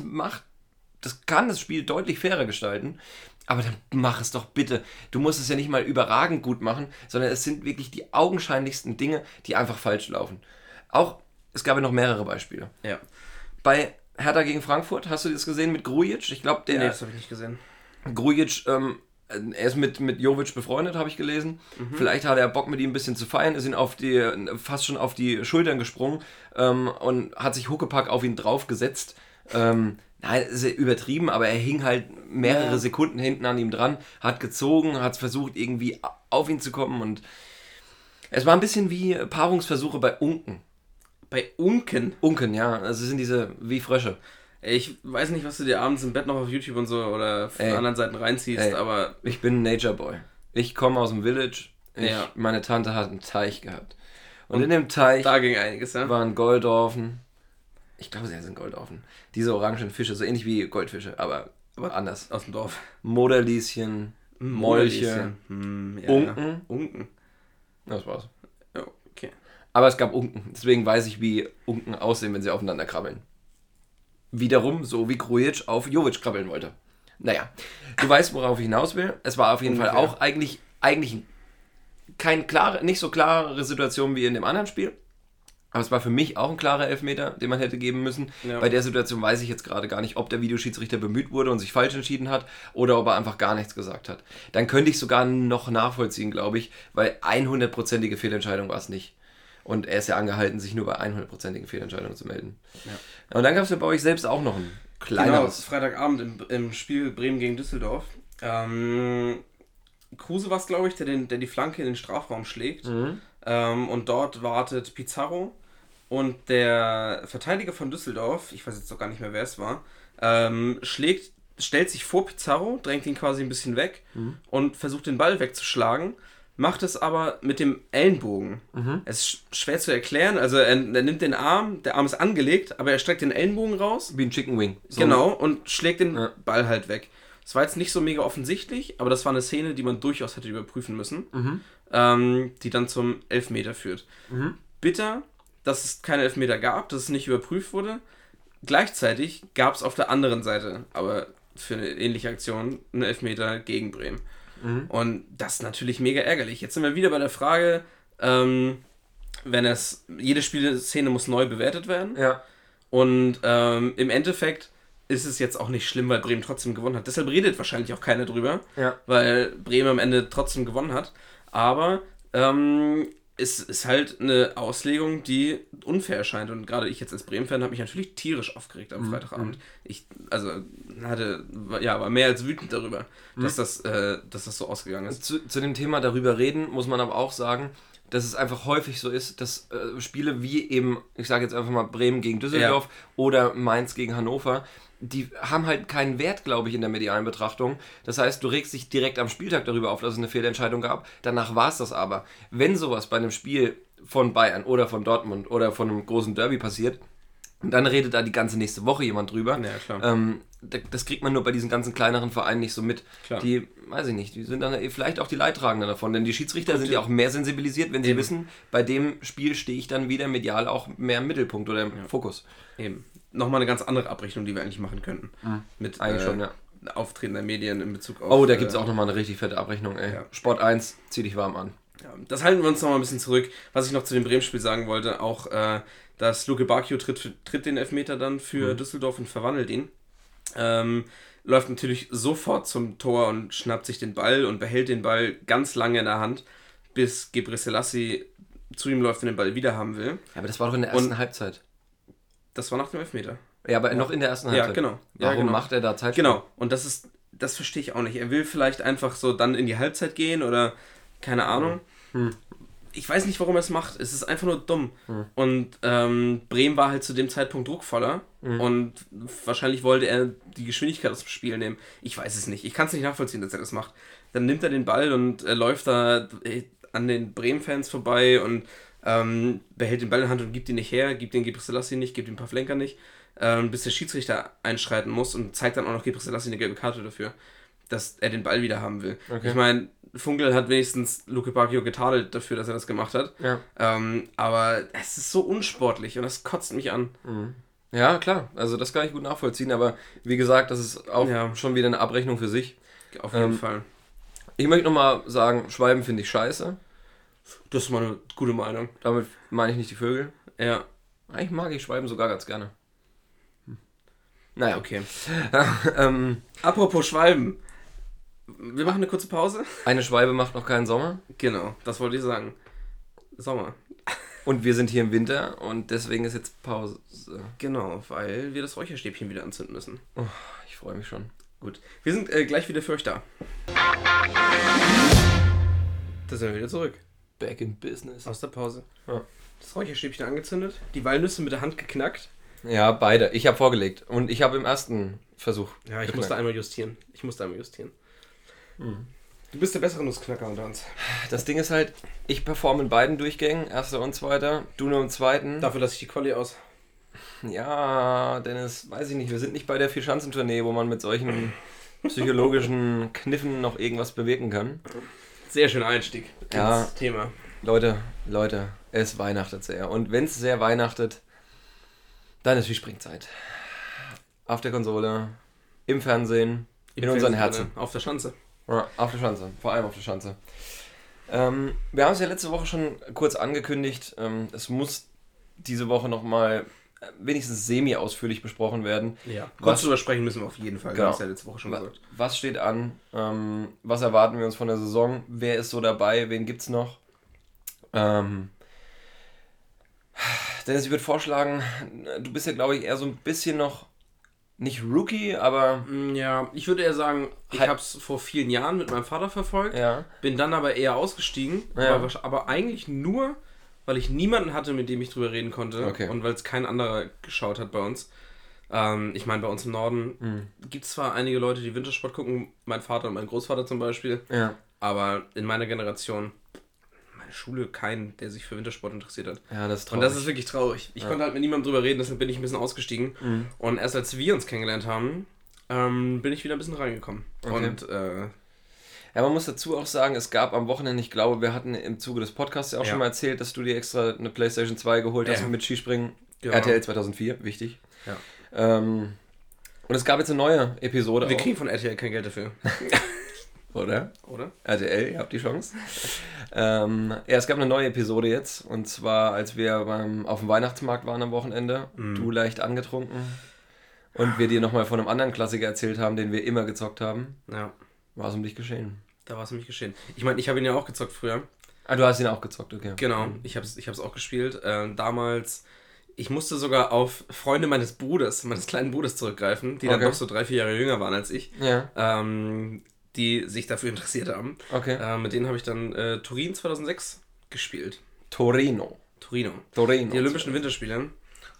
das kann das Spiel deutlich fairer gestalten. Aber dann mach es doch bitte. Du musst es ja nicht mal überragend gut machen, sondern es sind wirklich die augenscheinlichsten Dinge, die einfach falsch laufen. Es gab ja noch mehrere Beispiele. Ja. Bei Hertha gegen Frankfurt, hast du das gesehen mit Grujic? Ich glaube, Nee, das habe ich nicht gesehen. Grujic, er ist mit Jovic befreundet, habe ich gelesen. Vielleicht hat er Bock, mit ihm ein bisschen zu feiern, ist ihn fast schon auf die Schultern gesprungen und hat sich Huckepack auf ihn draufgesetzt. Nein, ist ja übertrieben, aber er hing halt mehrere Sekunden hinten an ihm dran, hat gezogen, hat versucht irgendwie auf ihn zu kommen und es war ein bisschen wie Paarungsversuche bei Unken. Bei Unken? Unken, ja, also sind diese wie Frösche. Ich weiß nicht, was du dir abends im Bett noch auf YouTube und so oder von anderen Seiten reinziehst, aber... Ich bin ein Nature Boy. Ich komme aus dem Village, meine Tante hat einen Teich gehabt. Und in dem Teich da ging einiges, ja? waren Goldorfen. Ich glaube, sie sind Goldorfen. Diese orangen Fische, so ähnlich wie Goldfische, aber anders. Aus dem Dorf. Moderlieschen, Molche, Unken. Das war's. Ja, okay. Aber es gab Unken. Deswegen weiß ich, wie Unken aussehen, wenn sie aufeinander krabbeln. Wiederum so wie Grujic auf Jovic krabbeln wollte. Naja, du weißt, worauf ich hinaus will. Es war auf jeden Fall auch eigentlich nicht so klare Situation wie in dem anderen Spiel. Aber es war für mich auch ein klarer Elfmeter, den man hätte geben müssen. Ja. Bei der Situation weiß ich jetzt gerade gar nicht, ob der Videoschiedsrichter bemüht wurde und sich falsch entschieden hat oder ob er einfach gar nichts gesagt hat. Dann könnte ich sogar noch nachvollziehen, glaube ich, weil 100%ige Fehlentscheidung war es nicht. Und er ist ja angehalten, sich nur bei 100%igen Fehlentscheidungen zu melden. Ja. Und dann gab es ja bei euch selbst auch noch ein kleineres... Genau, Freitagabend im Spiel Bremen gegen Düsseldorf. Kruse war es, glaube ich, der die Flanke in den Strafraum schlägt. Und dort wartet Pizarro. Und der Verteidiger von Düsseldorf, ich weiß jetzt doch gar nicht mehr, wer es war, stellt sich vor Pizarro, drängt ihn quasi ein bisschen weg und versucht den Ball wegzuschlagen, macht es aber mit dem Ellenbogen. Es ist schwer zu erklären, also er nimmt den Arm, der Arm ist angelegt, aber er streckt den Ellenbogen raus. Wie ein Chicken Wing. So. Genau, und schlägt den Ball halt weg. Das war jetzt nicht so mega offensichtlich, aber das war eine Szene, die man durchaus hätte überprüfen müssen, die dann zum Elfmeter führt. Bitter, dass es keine Elfmeter gab, dass es nicht überprüft wurde. Gleichzeitig gab es auf der anderen Seite, aber für eine ähnliche Aktion, einen Elfmeter gegen Bremen. Und das ist natürlich mega ärgerlich. Jetzt sind wir wieder bei der Frage, jede Spielszene muss neu bewertet werden. Ja. Und im Endeffekt ist es jetzt auch nicht schlimm, weil Bremen trotzdem gewonnen hat. Deshalb redet wahrscheinlich auch keiner drüber, weil Bremen am Ende trotzdem gewonnen hat. Aber es ist halt eine Auslegung, die unfair erscheint. Und gerade ich jetzt als Bremen-Fan habe mich natürlich tierisch aufgeregt am Freitagabend. War mehr als wütend darüber, dass das so ausgegangen ist. Zu dem Thema darüber reden, muss man aber auch sagen, dass es einfach häufig so ist, dass Spiele wie eben, ich sage jetzt einfach mal Bremen gegen Düsseldorf oder Mainz gegen Hannover, die haben halt keinen Wert, glaube ich, in der medialen Betrachtung. Das heißt, du regst dich direkt am Spieltag darüber auf, dass es eine Fehlentscheidung gab. Danach war es das aber. Wenn sowas bei einem Spiel von Bayern oder von Dortmund oder von einem großen Derby passiert, dann redet da die ganze nächste Woche jemand drüber. Ja, klar. Das kriegt man nur bei diesen ganzen kleineren Vereinen nicht so mit. Klar. Die, weiß ich nicht, die sind dann vielleicht auch die Leidtragenden davon. Denn die Schiedsrichter sind ja auch mehr sensibilisiert, wenn sie wissen, bei dem Spiel stehe ich dann wieder medial auch mehr im Mittelpunkt oder im Fokus. Eben. Nochmal eine ganz andere Abrechnung, die wir eigentlich machen könnten. Mit eigentlich schon, Auftreten der Medien in Bezug auf... Oh, da gibt es auch nochmal eine richtig fette Abrechnung, ey. Ja. Sport 1, zieh dich warm an. Ja, das halten wir uns nochmal ein bisschen zurück. Was ich noch zu dem Bremen-Spiel sagen wollte, auch, dass Luke Bacchio tritt den Elfmeter dann für Düsseldorf und verwandelt ihn. Läuft natürlich sofort zum Tor und schnappt sich den Ball und behält den Ball ganz lange in der Hand, bis Gebre Selassie zu ihm läuft und den Ball wieder haben will. Ja, aber das war doch in der ersten Halbzeit. Das war nach dem Elfmeter. Ja, aber noch in der ersten Halbzeit. Ja, genau. Warum macht er da Zeit? Genau, und das verstehe ich auch nicht. Er will vielleicht einfach so dann in die Halbzeit gehen oder keine Ahnung. Ich weiß nicht, warum er es macht. Es ist einfach nur dumm. Und Bremen war halt zu dem Zeitpunkt druckvoller und wahrscheinlich wollte er die Geschwindigkeit aus dem Spiel nehmen. Ich weiß es nicht. Ich kann es nicht nachvollziehen, dass er das macht. Dann nimmt er den Ball und läuft da an den Bremen-Fans vorbei und behält den Ball in der Hand und gibt ihn nicht her, gibt den Gebre Selassie nicht, gibt den Pavlenka nicht, bis der Schiedsrichter einschreiten muss und zeigt dann auch noch Gebre Selassie eine gelbe Karte dafür, dass er den Ball wieder haben will. Okay. Ich meine, Funkel hat wenigstens Luke Bacchio getadelt dafür, dass er das gemacht hat. Ja. Aber es ist so unsportlich und das kotzt mich an. Ja, klar. Also das kann ich gut nachvollziehen, aber wie gesagt, das ist auch schon wieder eine Abrechnung für sich. Auf jeden Fall. Ich möchte nochmal sagen, Schwalben finde ich scheiße. Das ist mal eine gute Meinung. Damit meine ich nicht die Vögel. Ja. Eigentlich mag ich Schwalben sogar ganz gerne. Naja. Okay. Apropos Schwalben. Wir machen eine kurze Pause. Eine Schwalbe macht noch keinen Sommer. Genau, das wollte ich sagen. Sommer. Und wir sind hier im Winter und deswegen ist jetzt Pause. Genau, weil wir das Räucherstäbchen wieder anzünden müssen. Oh, ich freue mich schon. Gut. Wir sind gleich wieder für euch da. Da sind wir wieder zurück. Back in business. Aus der Pause. Ja. Das Räucherstäbchen angezündet, die Walnüsse mit der Hand geknackt. Ja, beide. Ich habe vorgelegt und ich habe im ersten Versuch Ja, ich musste einmal justieren. Du bist der bessere Nussknacker unter uns. Das Ding ist halt, ich performe in beiden Durchgängen, erster und zweiter, du nur im zweiten. Dafür lasse ich die Quali aus. Ja, Dennis, weiß ich nicht, wir sind nicht bei der Vierschanzentournee, wo man mit solchen psychologischen Kniffen noch irgendwas bewirken kann. Sehr schöner Einstieg ins Thema. Leute, es weihnachtet sehr. Und wenn es sehr weihnachtet, dann ist Skispringzeit. Auf der Konsole, im Fernsehen, in unseren Herzen. Auf der Schanze. Ja, auf der Schanze, vor allem auf der Schanze. Wir haben es ja letzte Woche schon kurz angekündigt. Es muss diese Woche nochmal wenigstens semi-ausführlich besprochen werden. Ja, kurz drüber sprechen müssen wir auf jeden Fall. Genau. Wir haben es ja letzte Woche schon gesagt. Was steht an? Was erwarten wir uns von der Saison? Wer ist so dabei? Wen gibt's noch? Dennis, ich würde vorschlagen, du bist ja, glaube ich, eher so ein bisschen noch nicht Rookie, aber... Ja, ich würde eher sagen, ich habe es vor vielen Jahren mit meinem Vater verfolgt, Ja. bin dann aber eher ausgestiegen, Ja. aber eigentlich nur, weil ich niemanden hatte, mit dem ich drüber reden konnte und weil es kein anderer geschaut hat bei uns. Ich meine, bei uns im Norden gibt es zwar einige Leute, die Wintersport gucken, mein Vater und mein Großvater zum Beispiel, aber in meiner Generation, meine Schule, keinen, der sich für Wintersport interessiert hat. Ja, das ist traurig. Und das ist wirklich traurig. Ich konnte halt mit niemandem drüber reden, deshalb bin ich ein bisschen ausgestiegen. Und erst als wir uns kennengelernt haben, bin ich wieder ein bisschen reingekommen. Okay. Und Ja, man muss dazu auch sagen, es gab am Wochenende, ich glaube, wir hatten im Zuge des Podcasts ja auch schon mal erzählt, dass du dir extra eine PlayStation 2 geholt hast mit Skispringen. Genau. RTL 2004, wichtig. Ja. Und es gab jetzt eine neue Episode. Wir auch. kriegen von RTL kein Geld dafür. Oder? Oder? RTL, ihr habt die Chance. Es gab eine neue Episode jetzt. Und zwar, als wir auf dem Weihnachtsmarkt waren am Wochenende. Du leicht angetrunken. Und wir dir nochmal von einem anderen Klassiker erzählt haben, den wir immer gezockt haben. Ja. War es um dich geschehen. Da war es nämlich geschehen. Ich meine, ich habe ihn ja auch gezockt früher. Ah, du hast ihn auch gezockt, okay. Genau, ich hab's auch gespielt. Damals, ich musste sogar auf Freunde meines kleinen Bruders zurückgreifen, die dann doch so 3-4 Jahre jünger waren als ich. Ja. Die sich dafür interessiert haben. Okay. Mit denen habe ich dann Turin 2006 gespielt. Torino. Die Olympischen Winterspiele.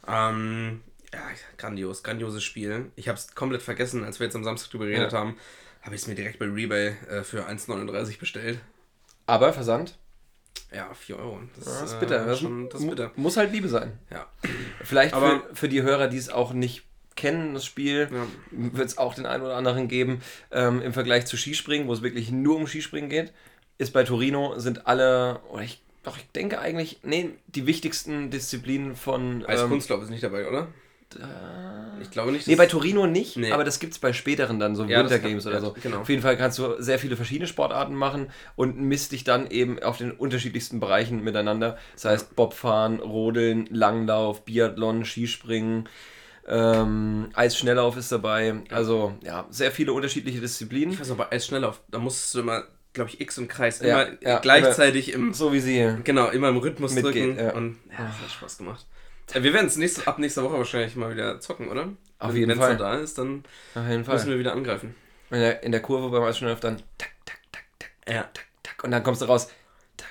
Grandioses Spiel. Ich habe es komplett vergessen, als wir jetzt am Samstag drüber geredet haben. Habe ich es mir direkt bei Rebay für 1,39 bestellt. Aber Versand? Ja, 4 Euro. Das ist bitter. Das ist bitter. Muss halt Liebe sein. Ja. Vielleicht für die Hörer, die es auch nicht kennen, das Spiel, wird es auch den einen oder anderen geben. Im Vergleich zu Skispringen, wo es wirklich nur um Skispringen geht, ist bei Torino sind alle, ich denke eigentlich, die wichtigsten Disziplinen von... Eiskunstlauf ist nicht dabei, oder? Ich glaube nicht. Nee, bei Torino nicht, aber das gibt es bei späteren dann, so Wintergames oder so. Genau. Auf jeden Fall kannst du sehr viele verschiedene Sportarten machen und misst dich dann eben auf den unterschiedlichsten Bereichen miteinander. Das heißt Bobfahren, Rodeln, Langlauf, Biathlon, Skispringen, Eisschnelllauf ist dabei. Also ja, sehr viele unterschiedliche Disziplinen. Ich weiß noch, bei Eisschnelllauf, da musst du immer, glaube ich, X und Kreis immer gleichzeitig immer, so wie sie immer im Rhythmus mitgeht, drücken. Und das hat Spaß gemacht. Wir werden es ab nächster Woche wahrscheinlich mal wieder zocken, oder? Auf jeden Fall. Wenn es da ist, dann müssen wir wieder angreifen. In der Kurve beim Eisschnelllauf dann tak, tak, tak, tak, tak, tak, und dann kommst du raus. Tak,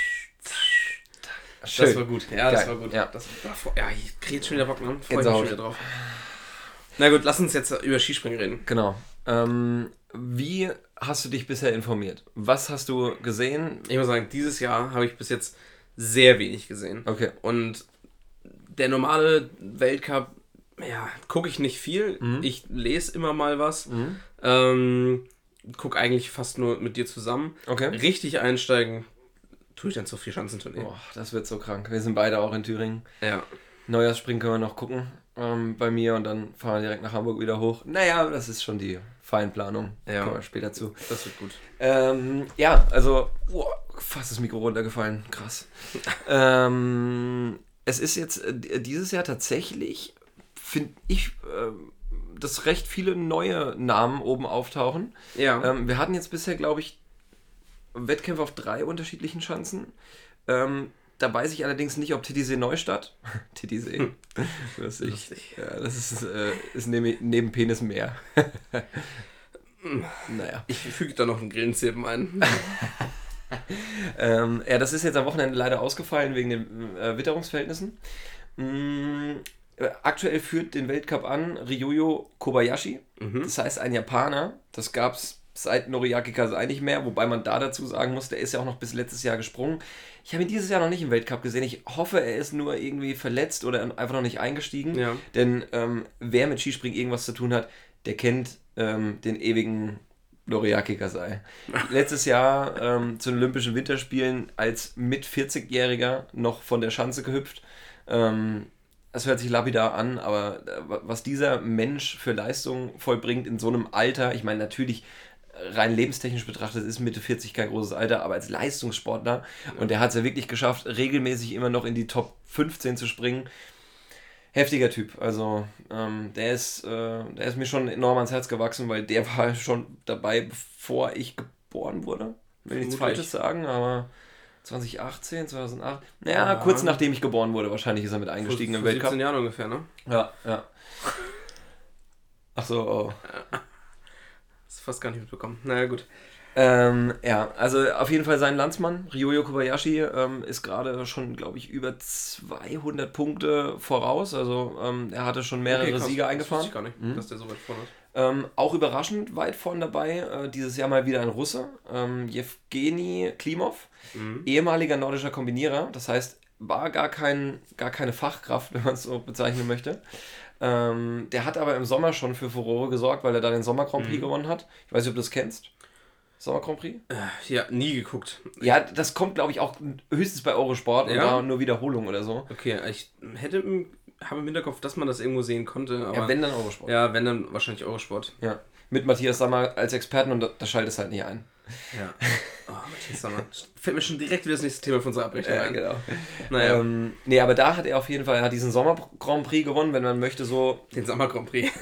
Schön. Das war gut. Ja, das war gut. Ja. Ich kriege jetzt schon wieder Bock, ne? Freue mich schon wieder drauf. Na gut, lass uns jetzt über Skispringen reden. Genau. Wie hast du dich bisher informiert? Was hast du gesehen? Ich muss sagen, dieses Jahr habe ich bis jetzt sehr wenig gesehen. Okay. Und der normale Weltcup, gucke ich nicht viel. Ich lese immer mal was. Gucke eigentlich fast nur mit dir zusammen. Okay. Richtig einsteigen tue ich dann zur Vierschanzentournee. Oh, das wird so krank. Wir sind beide auch in Thüringen. Ja. Neujahrsspringen können wir noch gucken bei mir und dann fahren wir direkt nach Hamburg wieder hoch. Naja, das ist schon die Feinplanung. Ja. Kommen wir später zu. Das wird gut. Fast das Mikro runtergefallen. Krass. Es ist jetzt dieses Jahr tatsächlich, finde ich, dass recht viele neue Namen oben auftauchen. Ja. Wir hatten jetzt bisher, glaube ich, Wettkämpfe auf 3 unterschiedlichen Schanzen. Da weiß ich allerdings nicht, ob Titisee Neustadt. Titisee. Lustig. Ja, das ist neben Penis Meer. Naja. Ich füge da noch einen Grillenzirpen ein. Das ist jetzt am Wochenende leider ausgefallen wegen den Witterungsverhältnissen. Aktuell führt den Weltcup an Ryuyo Kobayashi. Das heißt ein Japaner. Das gab es seit Noriaki Kasai nicht mehr, wobei man da dazu sagen muss, der ist ja auch noch bis letztes Jahr gesprungen. Ich habe ihn dieses Jahr noch nicht im Weltcup gesehen. Ich hoffe, er ist nur irgendwie verletzt oder einfach noch nicht eingestiegen. Ja. Denn wer mit Skispringen irgendwas zu tun hat, der kennt den ewigen Noriaki Kasai. Letztes Jahr zu den Olympischen Winterspielen als mit 40-Jähriger noch von der Schanze gehüpft. Es hört sich lapidar an, aber was dieser Mensch für Leistung vollbringt in so einem Alter, ich meine natürlich rein lebenstechnisch betrachtet ist Mitte 40 kein großes Alter, aber als Leistungssportler, und der hat es ja wirklich geschafft, regelmäßig immer noch in die Top 15 zu springen. Heftiger Typ, also der ist mir schon enorm ans Herz gewachsen, weil der war schon dabei, bevor ich geboren wurde. Will nichts Falsches sagen, aber 2018, 2008, naja, kurz nachdem ich geboren wurde, wahrscheinlich ist er mit eingestiegen im Weltcup. 17 Jahren ungefähr, ne? Ja. Ach so, oh. Das ist fast gar nicht mitbekommen. Naja, gut. Also auf jeden Fall sein Landsmann, Ryoyo Kobayashi, ist gerade schon, glaube ich, über 200 Punkte voraus. Also er hatte schon mehrere Siege eingefahren. Das wusste ich gar nicht, dass der so weit vorne ist. Auch überraschend weit vorne dabei. Dieses Jahr mal wieder ein Russe, Jewgeni Klimov, ehemaliger nordischer Kombinierer. Das heißt, war gar keine Fachkraft, wenn man es so bezeichnen möchte. Der hat aber im Sommer schon für Furore gesorgt, weil er da den Sommer Grand Prix gewonnen hat. Ich weiß nicht, ob du das kennst. Sommer Grand Prix? Ja, nie geguckt. Ja, das kommt, glaube ich, auch höchstens bei Eurosport und da nur Wiederholung oder so. Okay, ich habe im Hinterkopf, dass man das irgendwo sehen konnte. Aber ja, wenn dann Eurosport. Ja, wenn dann wahrscheinlich Eurosport. Ja, mit Matthias Sammer als Experten und da schaltet es halt nicht ein. Ja. Oh, Matthias Sammer. Fällt mir schon direkt wieder das nächste Thema von unserer Abrechnung ein. Genau. Naja. Nee, aber da hat er auf jeden Fall diesen Sommer Grand Prix gewonnen, wenn man möchte, so... Den Sommer Grand Prix.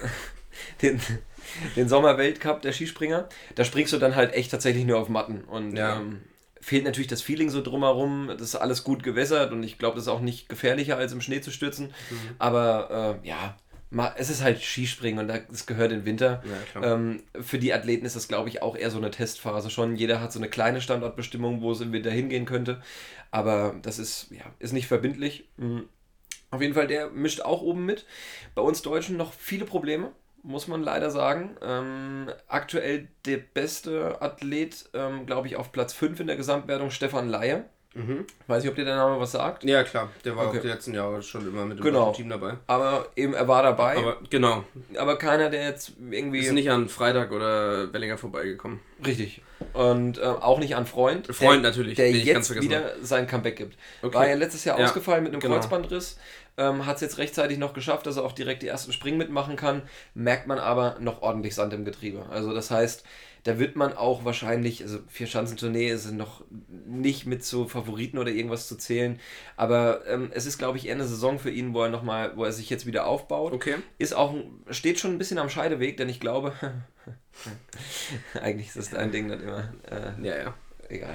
Den Sommer-Weltcup der Skispringer. Da springst du dann halt echt tatsächlich nur auf Matten. Und fehlt natürlich das Feeling so drumherum. Das ist alles gut gewässert und ich glaube, das ist auch nicht gefährlicher, als im Schnee zu stürzen. Aber es ist halt Skispringen und das gehört in den Winter. Ja, klar. Für die Athleten ist das, glaube ich, auch eher so eine Testphase schon. Jeder hat so eine kleine Standortbestimmung, wo es im Winter hingehen könnte. Aber das ist nicht verbindlich. Auf jeden Fall, der mischt auch oben mit. Bei uns Deutschen noch viele Probleme, muss man leider sagen. Aktuell der beste Athlet, glaube ich, auf Platz 5 in der Gesamtwertung, Stefan Laie. Weiß nicht, ob dir der Name was sagt. Ja, klar. Der war auch die letzten Jahre schon immer mit dem Team dabei. Aber eben, er war dabei. Aber keiner, der jetzt irgendwie... Ist nicht an Freitag oder Wellinger vorbeigekommen. Richtig. Und auch nicht an Freund. Natürlich. Der jetzt wieder sein Comeback gibt. Okay. War ja letztes Jahr ausgefallen mit einem Kreuzbandriss. Hat es jetzt rechtzeitig noch geschafft, dass er auch direkt die ersten Springen mitmachen kann. Merkt man aber noch ordentlich Sand im Getriebe. Also das heißt, da wird man auch wahrscheinlich, also 4-Schanzentournee sind noch nicht mit so Favoriten oder irgendwas zu zählen. Aber es ist, glaube ich, eher eine Saison für ihn, wo er sich jetzt wieder aufbaut. Okay. Steht schon ein bisschen am Scheideweg, denn ich glaube, eigentlich ist das ein Ding dann immer. Egal.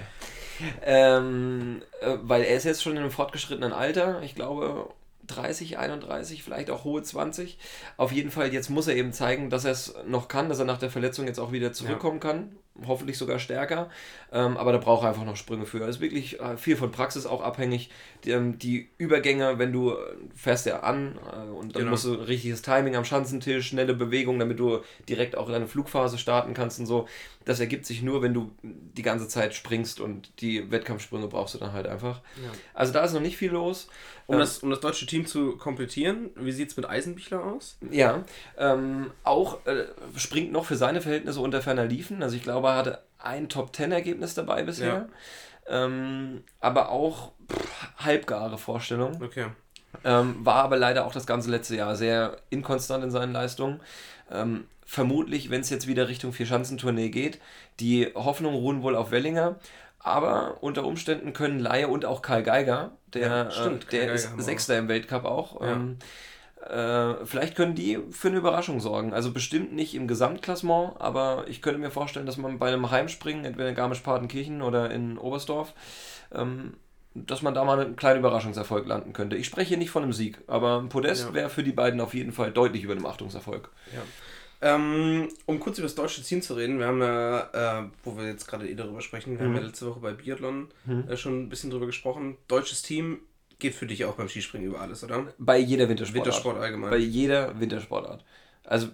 Weil er ist jetzt schon in einem fortgeschrittenen Alter, ich glaube 30, 31, vielleicht auch hohe 20. Auf jeden Fall, jetzt muss er eben zeigen, dass er es noch kann, dass er nach der Verletzung jetzt auch wieder zurückkommen kann. Hoffentlich sogar stärker. Aber da braucht er einfach noch Sprünge für. Es ist wirklich viel von Praxis auch abhängig. Die Übergänge, wenn du fährst ja an und dann musst du richtiges Timing am Schanzentisch, schnelle Bewegung, damit du direkt auch deine Flugphase starten kannst und so. Das ergibt sich nur, wenn du die ganze Zeit springst und die Wettkampfsprünge brauchst du dann halt einfach. Ja. Also da ist noch nicht viel los. Um das deutsche Team zu komplettieren, wie sieht es mit Eisenbichler aus? Ja, auch springt noch für seine Verhältnisse unter ferner Liefen. Also ich glaube, er hatte ein Top-10-Ergebnis dabei bisher. Ja. Aber auch halbgare Vorstellung. Okay. War aber leider auch das ganze letzte Jahr sehr inkonstant in seinen Leistungen. Vermutlich, wenn es jetzt wieder Richtung Vierschanzentournee geht, die Hoffnungen ruhen wohl auf Wellinger. Aber unter Umständen können Laie und auch Karl Geiger, der ist Sechster im Weltcup auch, vielleicht können die für eine Überraschung sorgen. Also bestimmt nicht im Gesamtklassement, aber ich könnte mir vorstellen, dass man bei einem Heimspringen, entweder in Garmisch-Partenkirchen oder in Oberstdorf, dass man da mal einen kleinen Überraschungserfolg landen könnte. Ich spreche hier nicht von einem Sieg, aber ein Podest wäre für die beiden auf jeden Fall deutlich über dem Achtungserfolg. Ja. Um kurz über das deutsche Team zu reden, wir haben ja, wo wir jetzt gerade darüber sprechen, wir haben ja letzte Woche bei Biathlon schon ein bisschen drüber gesprochen. Deutsches Team geht für dich auch beim Skispringen über alles, oder? Bei jeder Wintersportart. Wintersport allgemein. Bei jeder Wintersportart. Also,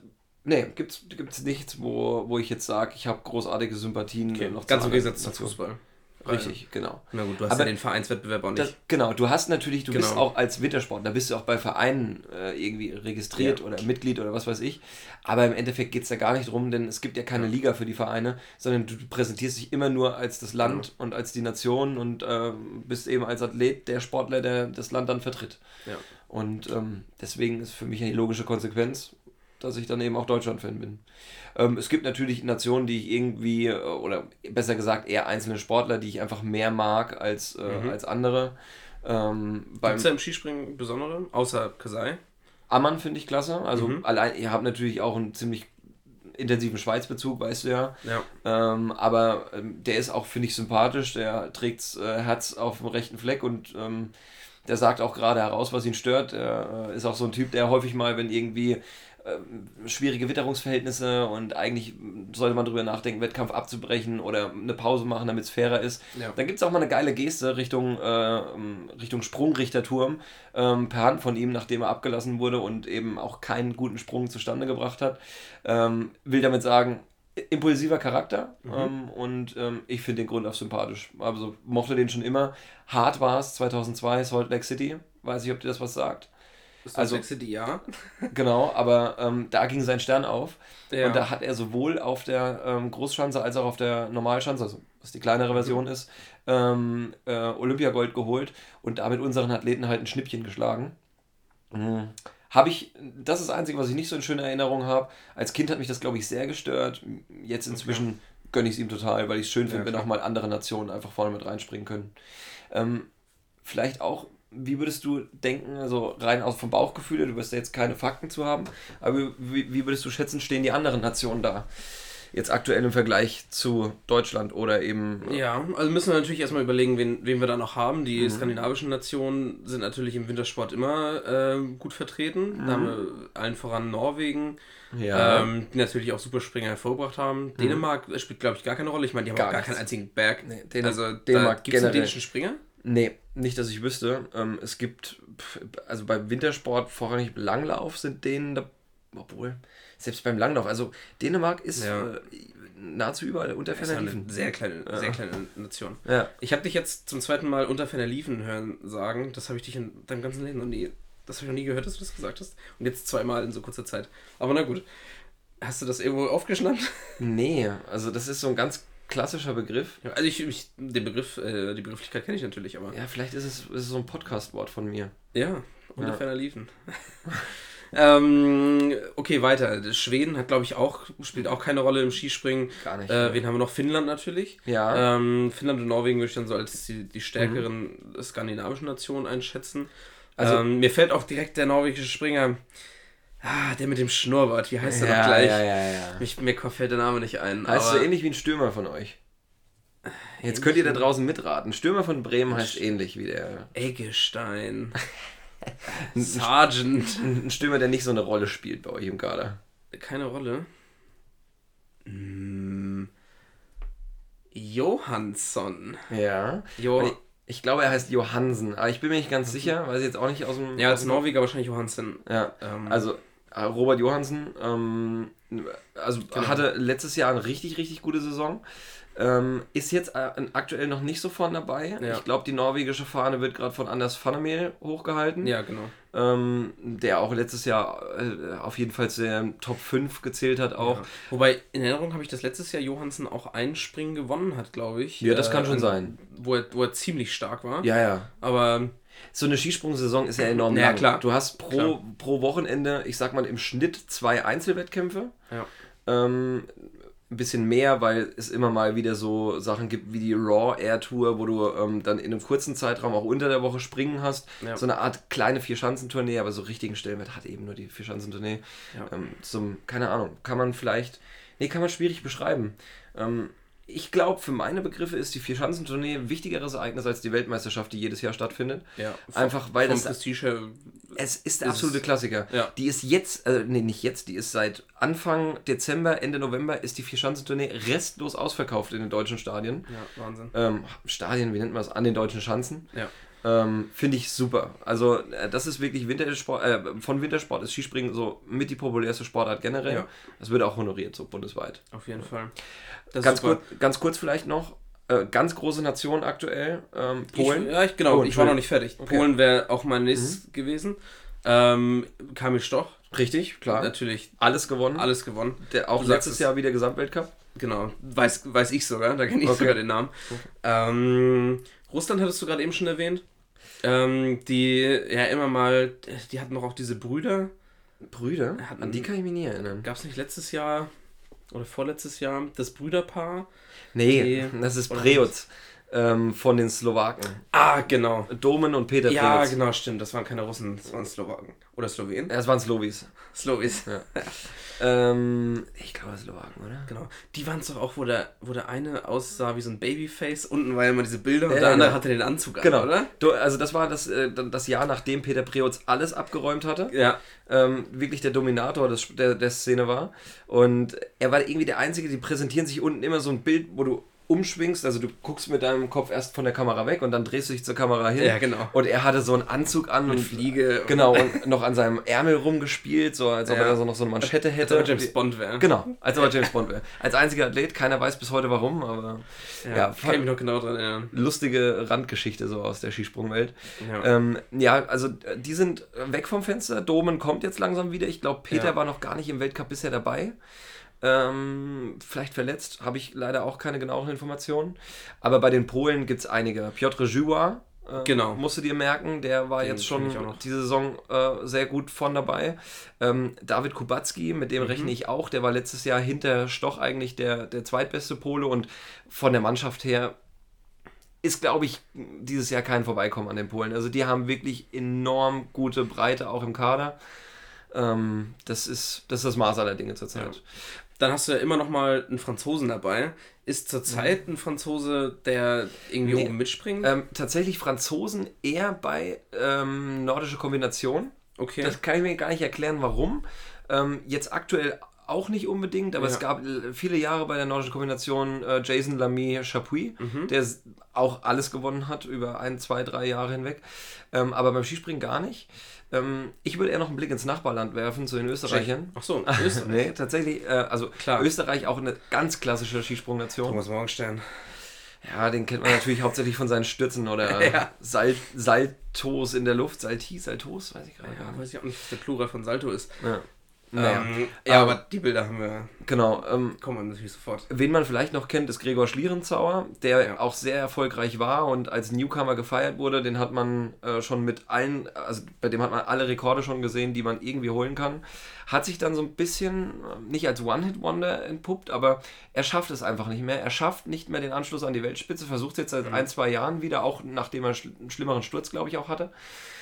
gibt's nichts, wo ich jetzt sage, ich habe großartige Sympathien. Okay. Ganz im Gegensatz zum Fußball. Richtig, genau. Na gut, du hast Aber ja den Vereinswettbewerb auch nicht. Genau, du hast natürlich, du bist Genau. auch als Wintersportler, bist du auch bei Vereinen irgendwie registriert oder Mitglied oder was weiß ich. Aber im Endeffekt geht es da gar nicht drum, denn es gibt ja keine Liga für die Vereine, sondern du präsentierst dich immer nur als das Land und als die Nation und bist eben als Athlet der Sportler, der das Land dann vertritt. Ja. Und deswegen ist für mich eine logische Konsequenz, dass ich dann eben auch Deutschland-Fan bin. Es gibt natürlich Nationen, die ich irgendwie, oder besser gesagt eher einzelne Sportler, die ich einfach mehr mag als andere. Gibt es da im Skispringen besondere, außer Kasai? Ammann finde ich klasse. Also allein, ihr habt natürlich auch einen ziemlich intensiven Schweizbezug, weißt du ja. Aber der ist auch, finde ich, sympathisch. Der trägt das Herz auf dem rechten Fleck und der sagt auch gerade heraus, was ihn stört. Er ist auch so ein Typ, der häufig mal, wenn irgendwie schwierige Witterungsverhältnisse und eigentlich sollte man darüber nachdenken, Wettkampf abzubrechen oder eine Pause machen, damit es fairer ist. Ja. Dann gibt es auch mal eine geile Geste Richtung Sprungrichterturm per Hand von ihm, nachdem er abgelassen wurde und eben auch keinen guten Sprung zustande gebracht hat. Will damit sagen, impulsiver Charakter und ich finde den grundauf sympathisch. Also mochte den schon immer. Hart war es 2002, Salt Lake City. Weiß nicht, ob dir das was sagt. Also Salt Lake City, ja. Genau, aber da ging sein Stern auf und da hat er sowohl auf der Großschanze als auch auf der Normalschanze, also was die kleinere Version ist, Olympiagold geholt und damit unseren Athleten halt ein Schnippchen geschlagen. Das ist das Einzige, was ich nicht so in schöner Erinnerung habe. Als Kind hat mich das, glaube ich, sehr gestört. Jetzt inzwischen gönne ich es ihm total, weil ich es schön finde, wenn auch mal andere Nationen einfach vorne mit reinspringen können. Vielleicht auch, wie würdest du denken, also rein aus vom Bauchgefühl, du wirst ja jetzt keine Fakten zu haben, aber wie würdest du schätzen, stehen die anderen Nationen da? Jetzt aktuell im Vergleich zu Deutschland oder eben... Ja, also müssen wir natürlich erstmal überlegen, wen wir da noch haben. Die skandinavischen Nationen sind natürlich im Wintersport immer gut vertreten. Da haben wir allen voran Norwegen, die natürlich auch Superspringer hervorgebracht haben. Dänemark spielt, glaube ich, gar keine Rolle. Ich meine, die haben auch gar keinen einzigen Berg. Nee, Dänemark gibt es einen dänischen Springer? Nee, nicht, dass ich wüsste. Es gibt, also beim Wintersport vorrangig Langlauf sind denen, obwohl, selbst beim Langlauf, also Dänemark ist nahezu überall unter Ferner Liefen. Sehr kleine Nation. Ja. Ich habe dich jetzt zum zweiten Mal unter Ferner Liefen hören sagen, das habe ich dich in deinem ganzen Leben noch nie, das habe ich noch nie gehört, dass du das gesagt hast. Und jetzt zweimal in so kurzer Zeit. Aber na gut. Hast du das irgendwo aufgeschnappt? Nee, also das ist so ein ganz klassischer Begriff. Ja, also den Begriff, die Begrifflichkeit kenne ich natürlich, aber... Ja, vielleicht ist es so ein Podcast-Wort von mir. Ja, unter Ferner Liefen. Okay, weiter. Schweden hat, glaube ich, spielt auch keine Rolle im Skispringen. Gar nicht. Wen haben wir noch? Finnland natürlich. Ja. Finnland und Norwegen würde ich dann so als die stärkeren skandinavischen Nationen einschätzen. Also, mir fällt auch direkt der norwegische Springer... der mit dem Schnurrbart, wie heißt der noch gleich? Ja. Mir fällt der Name nicht ein. Heißt so ähnlich wie ein Stürmer von euch. Jetzt könnt ihr da draußen mitraten. Stürmer von Bremen heißt ähnlich wie der... Eggestein. Sargent. Ein Stürmer, der nicht so eine Rolle spielt bei euch im Kader. Keine Rolle. Johansson. Ja. Ich glaube, er heißt Johansen, aber ich bin mir nicht ganz sicher, weiß ich jetzt auch nicht aus dem... Ja, als Norweger wahrscheinlich Johansen. Ja, also Robert Johansen hatte letztes Jahr eine richtig, richtig gute Saison. Ist jetzt aktuell noch nicht so vorne dabei. Ja. Ich glaube, die norwegische Fahne wird gerade von Anders Fannemel hochgehalten. Ja, genau. Der auch letztes Jahr auf jeden Fall zu der Top 5 gezählt hat auch. Ja. Wobei, in Erinnerung habe ich, dass letztes Jahr Johansen auch ein Springen gewonnen hat, glaube ich. Ja, das kann schon sein. Wo er ziemlich stark war. Ja. Aber... So eine Skisprungsaison ist ja enorm lang. Klar. Du hast pro Wochenende, ich sag mal im Schnitt 2 Einzelwettkämpfe. Ja. Ein bisschen mehr, weil es immer mal wieder so Sachen gibt wie die Raw Air Tour, wo du dann in einem kurzen Zeitraum auch unter der Woche springen hast. Ja. So eine Art kleine Vierschanzentournee, aber so richtigen Stellenwert hat eben nur die Vierschanzentournee. Ja. Keine Ahnung, kann man schwierig beschreiben. Ich glaube, für meine Begriffe ist die Vierschanzentournee ein wichtigeres Ereignis als die Weltmeisterschaft, die jedes Jahr stattfindet. Ja, einfach weil es ist der absolute Klassiker. Ja. Die ist jetzt, die ist seit Anfang Dezember, Ende November ist die Vierschanzentournee restlos ausverkauft in den deutschen Stadien. Ja, Wahnsinn. Stadien, wie nennt man das? An den deutschen Schanzen. Ja. Finde ich super. Also das ist wirklich Wintersport, von Wintersport ist Skispringen so mit die populärste Sportart generell. Ja. Das wird auch honoriert, so bundesweit. Auf jeden Fall. Ganz kurz vielleicht noch, ganz große Nation aktuell, Polen. Ich war noch nicht fertig. Okay. Polen wäre auch mein nächstes gewesen. Kamil Stoch. Richtig, klar. Natürlich. Alles gewonnen. Der auch letztes Jahr wieder Gesamtweltcup. Genau, weiß ich sogar, da kenne ich sogar den Namen. Russland hattest du gerade eben schon erwähnt. Die hatten doch auch diese Brüder. An die kann ich mich nie erinnern. Gab es nicht letztes Jahr oder vorletztes Jahr das Brüderpaar? Nee, das ist Preoc von den Slowaken. Ah, genau. Domen und Peter Preoc. Ja, genau, stimmt. Das waren keine Russen, das waren Slowaken. Oder Slowenen? Ja, es waren Slowis. Ja. Ich glaube Slowaken, oder? Genau. Die waren es doch auch, wo der eine aussah wie so ein Babyface. Unten war ja immer diese Bilder und der andere hatte den Anzug an, oder? Also das war das Jahr, nachdem Peter Preoc alles abgeräumt hatte. Ja. Wirklich der Dominator der Szene war. Und er war irgendwie der Einzige, die präsentieren sich unten immer so ein Bild, wo du umschwingst, also du guckst mit deinem Kopf erst von der Kamera weg und dann drehst du dich zur Kamera hin. Ja, genau. Und er hatte so einen Anzug an mit Fliege. Genau, und noch an seinem Ärmel rumgespielt, so als ob er da so noch so eine Manschette hätte. Als ob er James Bond wäre. Genau, als ob er James Bond wäre. Als einziger Athlet, keiner weiß bis heute warum, aber kann ich mich noch genau dran erinnern. Lustige Randgeschichte so aus der Skisprungwelt. Ja. Also die sind weg vom Fenster. Domen kommt jetzt langsam wieder. Ich glaube, Peter war noch gar nicht im Weltcup bisher dabei. Vielleicht verletzt, habe ich leider auch keine genaueren Informationen. Aber bei den Polen gibt es einige. Piotr Żyła, musst du dir merken, der war jetzt schon diese Saison sehr gut von dabei. David Kubacki, mit dem rechne ich auch, der war letztes Jahr hinter Stoch eigentlich der zweitbeste Pole und von der Mannschaft her ist, glaube ich, dieses Jahr kein Vorbeikommen an den Polen. Also die haben wirklich enorm gute Breite auch im Kader. Das ist das Maß aller Dinge zurzeit. Ja. Dann hast du ja immer noch mal einen Franzosen dabei. Ist zurzeit ein Franzose, der irgendwie oben mitspringt? Tatsächlich Franzosen eher bei nordische Kombination. Okay. Das kann ich mir gar nicht erklären, warum. Jetzt aktuell auch nicht unbedingt, aber es gab viele Jahre bei der nordischen Kombination Jason Lamy-Chapuis, der auch alles gewonnen hat über 1, 2, 3 Jahre hinweg. Aber beim Skispringen gar nicht. Ich würde eher noch einen Blick ins Nachbarland werfen, zu den Österreichern. Ach so, Österreich. Nee, tatsächlich, klar. Österreich auch eine ganz klassische Skisprungnation. Thomas Morgenstern. Ja, den kennt man natürlich hauptsächlich von seinen Stürzen oder Saltos in der Luft. Saltos, weiß ich gerade gar nicht. Weiß ich auch nicht, was der Plural von Salto ist. Ja. Aber die Bilder haben wir. Genau. Kommen wir natürlich sofort. Wen man vielleicht noch kennt, ist Gregor Schlierenzauer, der auch sehr erfolgreich war und als Newcomer gefeiert wurde. Den hat man schon mit allen, also bei dem hat man alle Rekorde schon gesehen, die man irgendwie holen kann. Hat sich dann so ein bisschen, nicht als One-Hit-Wonder entpuppt, aber er schafft es einfach nicht mehr. Er schafft nicht mehr den Anschluss an die Weltspitze, versucht es jetzt seit 1, 2 Jahren wieder, auch nachdem er einen schlimmeren Sturz, glaube ich, auch hatte.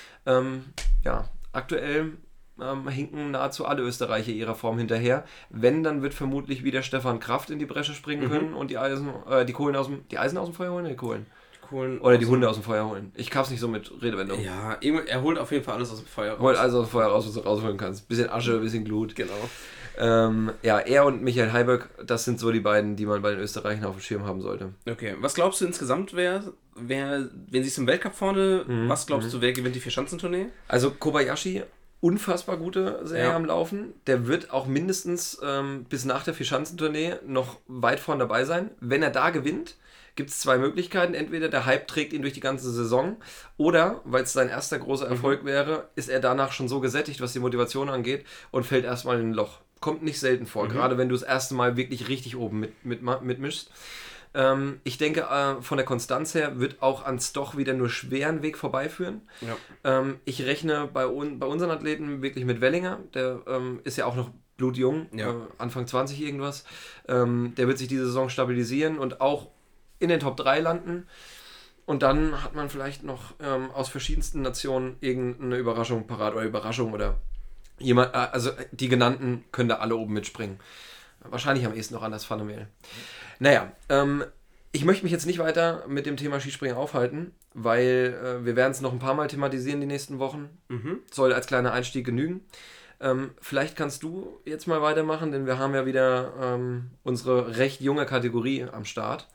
Aktuell hinken nahezu alle Österreicher ihrer Form hinterher. Wenn, dann wird vermutlich wieder Stefan Kraft in die Bresche springen können und die Eisen aus dem Feuer holen? Die Kohlen. Oder die Hunde aus dem Feuer holen. Ich kauf's nicht so mit Redewendung. Ja, er holt auf jeden Fall alles aus dem Feuer raus. Holt alles aus dem Feuer raus, was du rausholen kannst. Bisschen Asche, bisschen Glut. Genau. Er und Michael Heiberg, das sind so die beiden, die man bei den Österreichern auf dem Schirm haben sollte. Okay, was glaubst du insgesamt, wer wenn sie es im Weltcup vorne, was glaubst du, wer gewinnt die Vierschanzentournee? Also Kobayashi, unfassbar gute Serie am Laufen. Der wird auch mindestens bis nach der Vierschanzentournee noch weit vorn dabei sein. Wenn er da gewinnt, gibt es 2 Möglichkeiten. Entweder der Hype trägt ihn durch die ganze Saison oder, weil es sein erster großer Erfolg wäre, ist er danach schon so gesättigt, was die Motivation angeht und fällt erstmal in ein Loch. Kommt nicht selten vor, gerade wenn du das erste Mal wirklich richtig oben mitmischst. Ich denke, von der Konstanz her wird auch an Stoch wieder nur schweren Weg vorbeiführen. Ja. Ich rechne bei unseren Athleten wirklich mit Wellinger, der ist ja auch noch blutjung, Anfang 20 irgendwas. Der wird sich diese Saison stabilisieren und auch in den Top 3 landen. Und dann hat man vielleicht noch aus verschiedensten Nationen irgendeine Überraschung parat oder jemand, also die genannten können da alle oben mitspringen. Wahrscheinlich am ehesten noch an das Pfannemehl. Naja, ich möchte mich jetzt nicht weiter mit dem Thema Skispringen aufhalten, weil wir werden es noch ein paar Mal thematisieren die nächsten Wochen. Soll als kleiner Einstieg genügen. Vielleicht kannst du jetzt mal weitermachen, denn wir haben ja wieder unsere recht junge Kategorie am Start.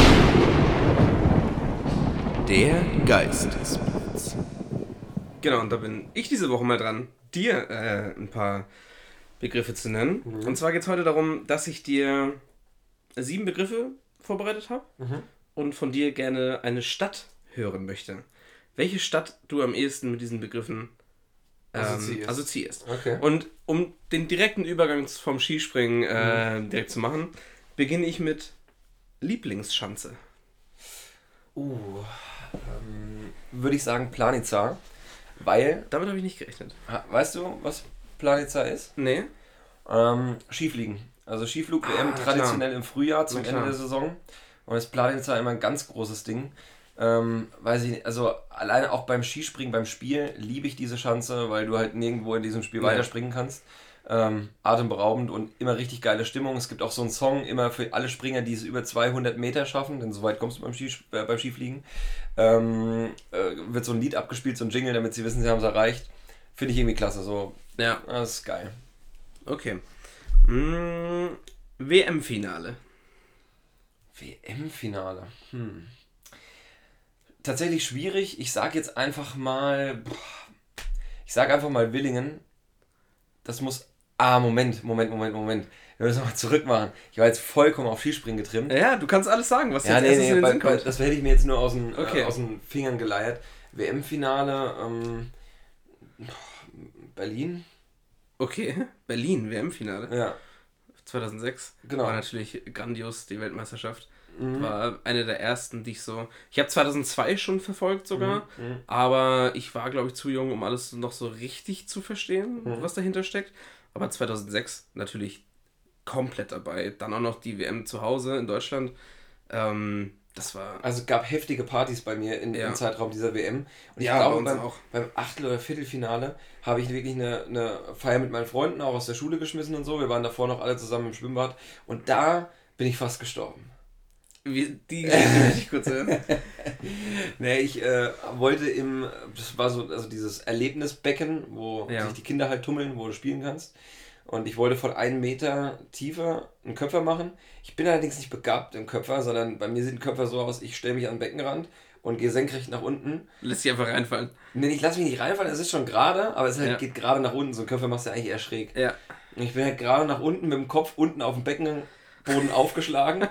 Der Geist des Blitz. Genau, und da bin ich diese Woche mal dran, dir ein paar Begriffe zu nennen. Und zwar geht es heute darum, dass ich dir 7 Begriffe vorbereitet habe. und von dir gerne eine Stadt hören möchte, welche Stadt du am ehesten mit diesen Begriffen assoziierst. Okay. Und um den direkten Übergang vom Skispringen direkt zu machen, beginne ich mit Lieblingsschanze. Würde ich sagen Planica, weil, Damit habe ich nicht gerechnet. weißt du, was Planica ist? Nee? Skifliegen. Also Skiflug-WM traditionell im Frühjahr zum Ende der Saison. Und das Planica immer ein ganz großes Ding. Weiß ich nicht, also alleine auch beim Skispringen, beim Spiel liebe ich diese Schanze, weil du halt nirgendwo in diesem Spiel weiterspringen kannst. Atemberaubend und immer richtig geile Stimmung. Es gibt auch so einen Song immer für alle Springer, die es über 200 Meter schaffen, denn so weit kommst du beim Skifliegen. Wird so ein Lied abgespielt, so ein Jingle, damit sie wissen, sie haben es erreicht. Finde ich irgendwie klasse, so. Ja. Das ist geil. Okay. WM-Finale. WM-Finale. Tatsächlich schwierig. Ich sage jetzt einfach mal. Ich sage einfach mal Willingen. Das muss. Moment. Wir müssen mal zurück machen. Ich war jetzt vollkommen auf Skispringen getrimmt. Ja, du kannst alles sagen, was dir Ja, als erstes in den Sinn kommt. das hätte ich mir jetzt nur aus den Okay. Fingern geleiert. WM-Finale. Berlin. Okay, Berlin, WM-Finale. Ja. 2006. Genau. War natürlich grandios, die Weltmeisterschaft. War eine der ersten, die ich so... Ich habe 2002 schon verfolgt sogar, aber ich war, glaube ich, zu jung, um alles noch so richtig zu verstehen, was dahinter steckt. Aber 2006 natürlich komplett dabei. Dann auch noch die WM zu Hause in Deutschland. Das war... Also es gab heftige Partys bei mir im Zeitraum dieser WM. Und ich Ja, glaube, bei uns auch. beim Achtel- oder Viertelfinale habe ich wirklich eine Feier mit meinen Freunden auch aus der Schule geschmissen und so. Wir waren davor noch alle zusammen im Schwimmbad. Und da bin ich fast gestorben. Die möchte ich kurz hören. Nee, ich wollte das war so, also dieses Erlebnisbecken, wo sich die Kinder halt tummeln, wo du spielen kannst. Und ich wollte von 1 Meter Tiefe einen Köpfer machen. Ich bin allerdings nicht begabt im Köpfer, sondern bei mir sieht ein Köpfer so aus, ich stelle mich an den Beckenrand und gehe senkrecht nach unten. Lässt sich einfach reinfallen. Nee, ich lasse mich nicht reinfallen, es ist schon gerade, aber es geht gerade nach unten. So ein Köpfer machst du ja eigentlich eher schräg. Ja. Und ich bin halt gerade nach unten mit dem Kopf unten auf dem Beckenboden aufgeschlagen.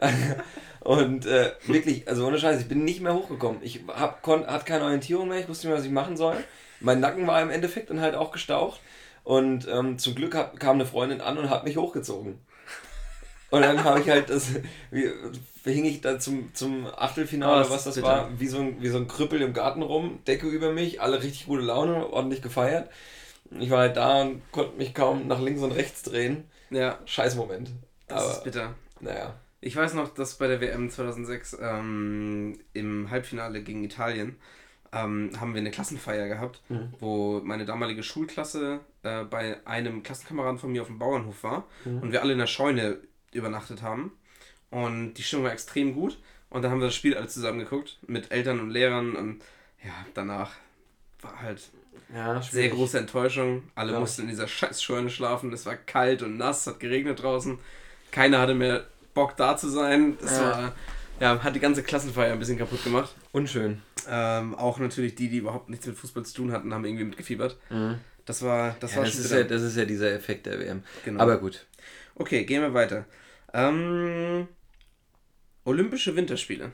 Und wirklich, also ohne Scheiß, ich bin nicht mehr hochgekommen. Ich hatte keine Orientierung mehr, ich wusste nicht mehr, was ich machen soll. Mein Nacken war im Endeffekt dann halt auch gestaucht. Und zum Glück kam eine Freundin an und hat mich hochgezogen. Und dann habe ich halt hing ich da zum Achtelfinale, was das war, wie so ein Krüppel im Garten rum, Decke über mich, alle richtig gute Laune, ordentlich gefeiert. Ich war halt da und konnte mich kaum nach links und rechts drehen. Ja. Scheiß Moment. Das ist bitter. Naja. Ich weiß noch, dass bei der WM 2006 im Halbfinale gegen Italien haben wir eine Klassenfeier gehabt, wo meine damalige Schulklasse bei einem Klassenkameraden von mir auf dem Bauernhof war und wir alle in der Scheune übernachtet haben. Und die Stimmung war extrem gut. Und dann haben wir das Spiel alle zusammen geguckt mit Eltern und Lehrern. Und ja, danach war halt sehr große Enttäuschung. Alle mussten in dieser scheiß Scheune schlafen. Es war kalt und nass, hat geregnet draußen. Keiner hatte mehr Bock da zu sein. Das hat die ganze Klassenfeier ein bisschen kaputt gemacht. Unschön. Auch natürlich die überhaupt nichts mit Fußball zu tun hatten, haben irgendwie mitgefiebert. Das war Das schon ist wieder... das ist ja dieser Effekt der WM. Genau. Aber gut. Okay, gehen wir weiter. Olympische Winterspiele.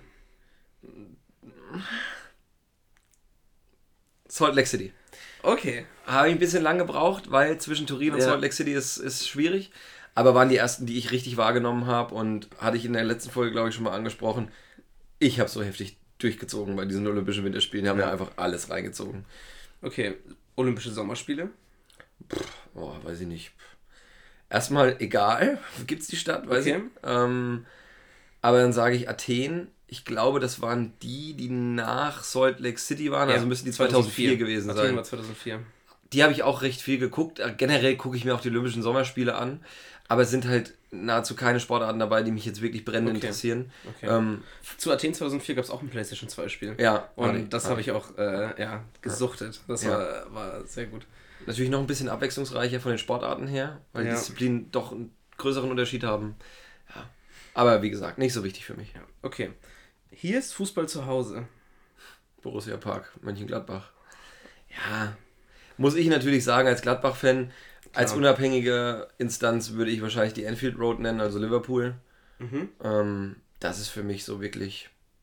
Salt Lake City. Okay. Habe ich ein bisschen lang gebraucht, weil zwischen Turin und Salt Lake City ist schwierig. Aber waren die ersten, die ich richtig wahrgenommen habe, und hatte ich in der letzten Folge, glaube ich, schon mal angesprochen. Ich habe so heftig durchgezogen bei diesen Olympischen Winterspielen. Die haben ja einfach alles reingezogen. Okay, Olympische Sommerspiele? Weiß ich nicht. Erstmal egal, gibt es die Stadt, weiß ich. Aber dann sage ich Athen. Ich glaube, das waren die nach Salt Lake City waren. Also müssen die 2004 gewesen sein. Athen war 2004. Die habe ich auch recht viel geguckt. Generell gucke ich mir auch die Olympischen Sommerspiele an. Aber es sind halt nahezu keine Sportarten dabei, die mich jetzt wirklich brennend interessieren. Okay. Zu Athen 2004 gab es auch ein PlayStation 2 Spiel. Ja. Und das habe ich auch gesuchtet. Das war sehr gut. Natürlich noch ein bisschen abwechslungsreicher von den Sportarten her, weil die Disziplinen doch einen größeren Unterschied haben. Ja. Aber wie gesagt, nicht so wichtig für mich. Ja. Okay. Hier ist Fußball zu Hause. Borussia Park, Mönchengladbach. Ja, muss ich natürlich sagen, als Gladbach-Fan, als unabhängige Instanz würde ich wahrscheinlich die Anfield Road nennen, also Liverpool. Das ist für mich so wirklich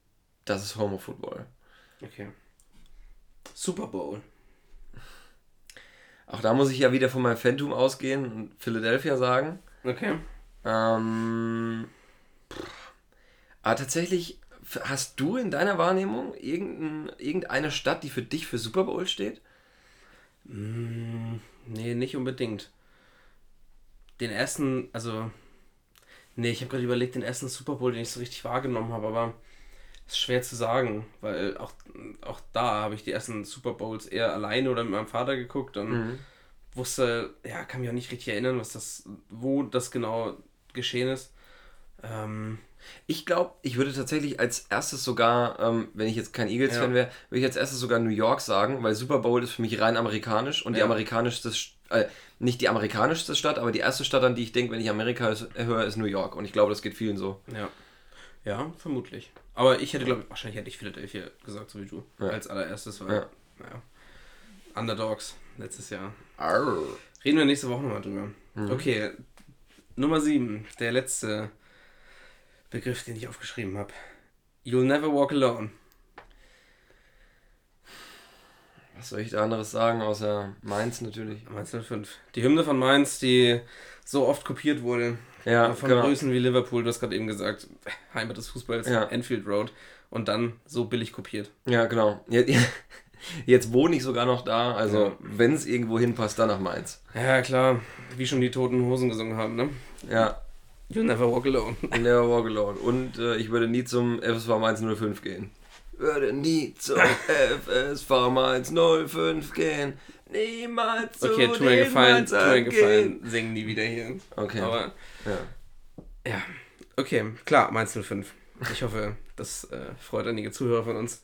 Das ist Home of Football. Okay. Super Bowl. Auch da muss ich ja wieder von meinem Phantom ausgehen und Philadelphia sagen. Okay. Aber tatsächlich, hast du in deiner Wahrnehmung irgendeine Stadt, die für dich für Super Bowl steht? Nee, nicht unbedingt. Den ersten, also... Nee, ich habe gerade überlegt, den ersten Super Bowl, den ich so richtig wahrgenommen habe, aber ist schwer zu sagen, weil auch da habe ich die ersten Super Bowls eher alleine oder mit meinem Vater geguckt und wusste, ja, kann mich auch nicht richtig erinnern, wo das genau geschehen ist. Ich glaube, ich würde tatsächlich als erstes sogar, wenn ich jetzt kein Eagles-Fan wäre, würde ich als erstes sogar New York sagen, weil Super Bowl ist für mich rein amerikanisch und die amerikanischste, nicht die amerikanischste Stadt, aber die erste Stadt, an die ich denke, wenn ich Amerika höre, ist New York. Und ich glaube, das geht vielen so. Ja, vermutlich. Aber ich hätte, wahrscheinlich hätte ich Philadelphia gesagt, so wie du. Ja. Als allererstes, weil, Underdogs letztes Jahr. Arr. Reden wir nächste Woche nochmal drüber. Okay, Nummer 7, der letzte Begriff, den ich aufgeschrieben habe. You'll never walk alone. Was soll ich da anderes sagen, außer Mainz natürlich? Mainz 05. Die Hymne von Mainz, die so oft kopiert wurde. Ja, von Größen wie Liverpool, du hast gerade eben gesagt, Heimat des Fußballs, Anfield Road. Und dann so billig kopiert. Ja, genau. Jetzt wohne ich sogar noch da, also wenn es irgendwo hinpasst, dann nach Mainz. Ja, klar. Wie schon die Toten Hosen gesungen haben, ne? Ja. You'll never walk alone. You'll never walk alone. Und ich würde nie zum FSV Mainz 05 gehen. Würde nie zum FSV Mainz 05 gehen. Niemals zu okay, tu mir gefallen, singen nie wieder hier. Okay. Aber, ja. Okay, klar, Mainz 05. Ich hoffe, das freut einige Zuhörer von uns.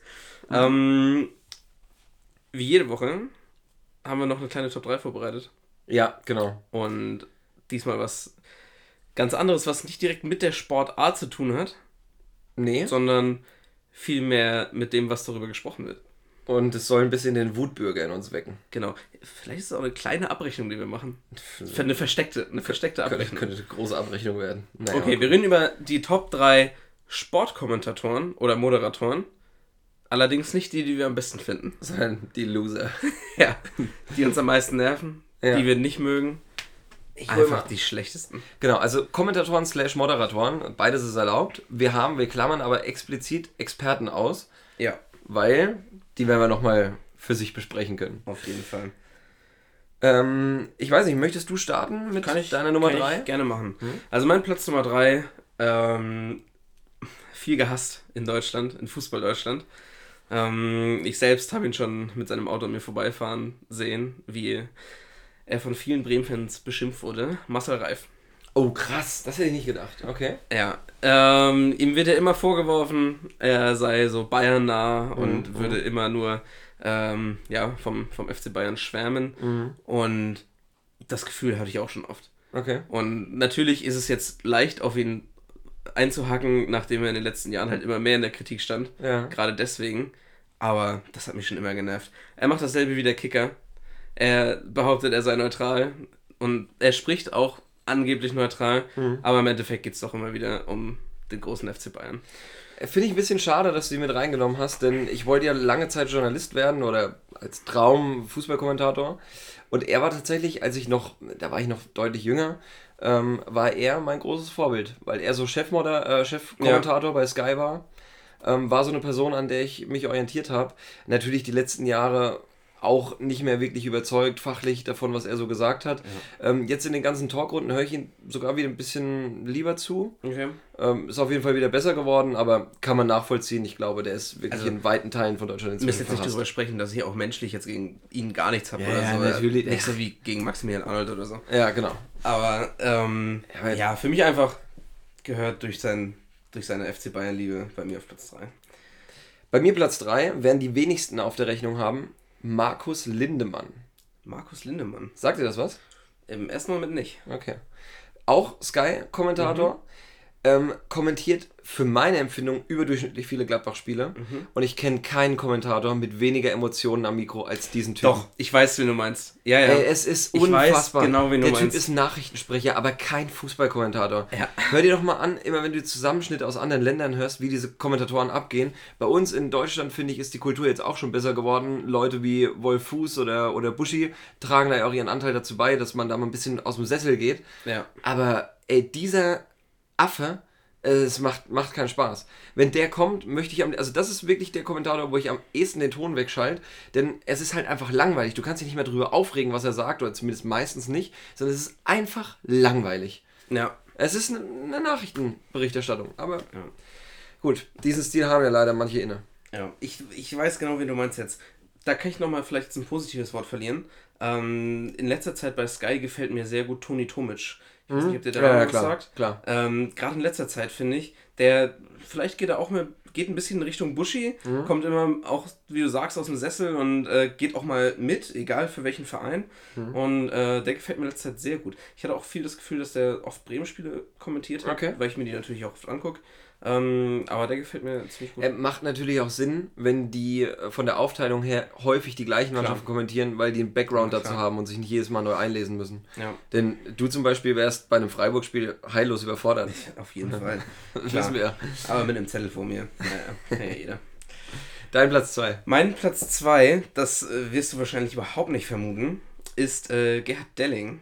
Wie jede Woche haben wir noch eine kleine Top 3 vorbereitet. Ja, genau. Und diesmal was ganz anderes, was nicht direkt mit der Sportart zu tun hat. Nee. Sondern vielmehr mit dem, was darüber gesprochen wird. Und es soll ein bisschen den Wutbürger in uns wecken. Genau. Vielleicht ist es auch eine kleine Abrechnung, die wir machen. Für eine versteckte Abrechnung. Könnte eine große Abrechnung werden. Naja, okay, wir reden über die Top 3 Sportkommentatoren oder Moderatoren. Allerdings nicht die wir am besten finden. Sondern die Loser. Ja, die uns am meisten nerven, die wir nicht mögen. Einfach die schlechtesten. Genau, also Kommentatoren / Moderatoren, beides ist erlaubt. Wir klammern aber explizit Experten aus. Ja. Weil die werden wir nochmal für sich besprechen können. Auf jeden Fall. Ich weiß nicht, möchtest du starten mit deiner Nummer 3? Kann ich gerne machen. Also mein Platz Nummer 3, viel gehasst in Deutschland, in Fußball-Deutschland. Ich selbst habe ihn schon mit seinem Auto an mir vorbeifahren sehen, wie er von vielen Bremen-Fans beschimpft wurde. Marcel Reif. Oh krass, das hätte ich nicht gedacht. Okay. Ja, ihm wird ja immer vorgeworfen, er sei so Bayern-nah und würde immer nur vom FC Bayern schwärmen. Und das Gefühl hatte ich auch schon oft. Okay. Und natürlich ist es jetzt leicht auf ihn einzuhacken, nachdem er in den letzten Jahren halt immer mehr in der Kritik stand. Ja. Gerade deswegen. Aber das hat mich schon immer genervt. Er macht dasselbe wie der Kicker. Er behauptet, er sei neutral. Und er spricht auch angeblich neutral. Aber im Endeffekt geht es doch immer wieder um den großen FC Bayern. Finde ich ein bisschen schade, dass du ihn mit reingenommen hast, denn ich wollte ja lange Zeit Journalist werden oder als Traum Fußballkommentator. Und er war tatsächlich, da war ich noch deutlich jünger, war er mein großes Vorbild, weil er so Chefkommentator bei Sky war. War so eine Person, an der ich mich orientiert habe. Natürlich die letzten Jahre auch nicht mehr wirklich überzeugt, fachlich davon, was er so gesagt hat. Ja. Jetzt in den ganzen Talkrunden höre ich ihn sogar wieder ein bisschen lieber zu. Okay. Ist auf jeden Fall wieder besser geworden, aber kann man nachvollziehen. Ich glaube, der ist wirklich in weiten Teilen von Deutschland inzwischen verhasst. Wir müssen jetzt nicht darüber sprechen, dass ich auch menschlich jetzt gegen ihn gar nichts habe oder so. Natürlich. Nicht so wie gegen Maximilian Arnold oder so. Ja, genau. Aber für mich einfach gehört durch seine FC Bayern-Liebe bei mir auf Platz 3. Bei mir Platz 3 werden die wenigsten auf der Rechnung haben. Markus Lindemann. Markus Lindemann. Sagt dir das was? Im ersten Moment nicht. Okay. Auch Sky-Kommentator. kommentiert für meine Empfindung überdurchschnittlich viele Gladbach-Spiele. Und ich kenne keinen Kommentator mit weniger Emotionen am Mikro als diesen Typen. Doch, ich weiß, wen du meinst. Ja, ja. Ey, es ist Ich unfassbar. weiß genau, wen du Der Typ meinst. ist Nachrichtensprecher, aber kein Fußballkommentator. Ja. Hör dir doch mal an, immer wenn du Zusammenschnitte aus anderen Ländern hörst, wie diese Kommentatoren abgehen. Bei uns in Deutschland, finde ich, ist die Kultur jetzt auch schon besser geworden. Leute wie Wolf Fuß oder Buschi tragen da ja auch ihren Anteil dazu bei, dass man da mal ein bisschen aus dem Sessel geht. Ja. Aber ey, dieser Affe, es macht keinen Spaß. Wenn der kommt, möchte ich also das ist wirklich der Kommentator, wo ich am ehesten den Ton wegschalte, denn es ist halt einfach langweilig. Du kannst dich nicht mehr drüber aufregen, was er sagt, oder zumindest meistens nicht, sondern es ist einfach langweilig. Ja. Es ist eine Nachrichtenberichterstattung, aber gut, diesen Stil haben ja leider manche inne. Ja. Ich weiß genau, wen du meinst jetzt. Da kann ich nochmal vielleicht ein positives Wort verlieren. In letzter Zeit bei Sky gefällt mir sehr gut Toni Tomic. Ich weiß nicht, ob der da was sagt. Klar. Gerade in letzter Zeit, finde ich, vielleicht geht er auch ein bisschen in Richtung Buschi, kommt immer auch, wie du sagst, aus dem Sessel und geht auch mal mit, egal für welchen Verein. Und der gefällt mir in letzter Zeit sehr gut. Ich hatte auch viel das Gefühl, dass der oft Bremen-Spiele kommentiert hat, weil ich mir die natürlich auch oft angucke. Aber der gefällt mir ziemlich gut. Macht natürlich auch Sinn, wenn die von der Aufteilung her häufig die gleichen Mannschaften kommentieren, weil die einen Background dazu haben und sich nicht jedes Mal neu einlesen müssen. Ja. Denn du zum Beispiel wärst bei einem Freiburg-Spiel heillos überfordert. Auf jeden Fall. Das wissen wir. Aber mit einem Zettel vor mir. Naja, ja jeder. Dein Platz 2. Mein Platz 2, das wirst du wahrscheinlich überhaupt nicht vermuten, ist Gerhard Delling.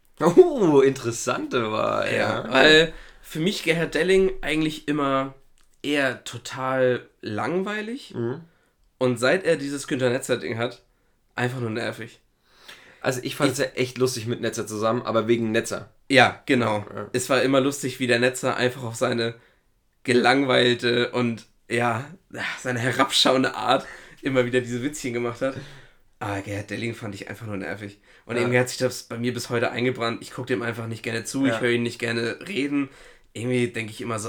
Oh, interessante Wahl. Ja, weil für mich Gerhard Delling eigentlich immer eher total langweilig und seit er dieses Günther Netzer-Ding hat, einfach nur nervig. Also ich fand es ja echt lustig mit Netzer zusammen, aber wegen Netzer. Ja, genau. Ja. Es war immer lustig, wie der Netzer einfach auf seine gelangweilte und seine herabschauende Art immer wieder diese Witzchen gemacht hat. Aber Gerhard Delling fand ich einfach nur nervig. Und irgendwie hat sich das bei mir bis heute eingebrannt. Ich gucke dem einfach nicht gerne zu, ich höre ihn nicht gerne reden. Irgendwie denke ich immer so,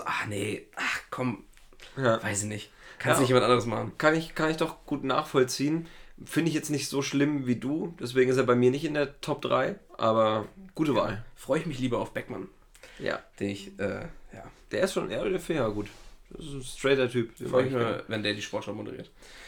komm, weiß ich nicht. Kannst nicht jemand anderes machen. Kann ich doch gut nachvollziehen. Finde ich jetzt nicht so schlimm wie du, deswegen ist er bei mir nicht in der Top 3, aber gute Wahl. Freue ich mich lieber auf Beckmann. Ja. Den ich, Der ist schon, der fair, gut. Das ist ein straighter Typ. Freue ich mich, wenn der die Sportschau moderiert.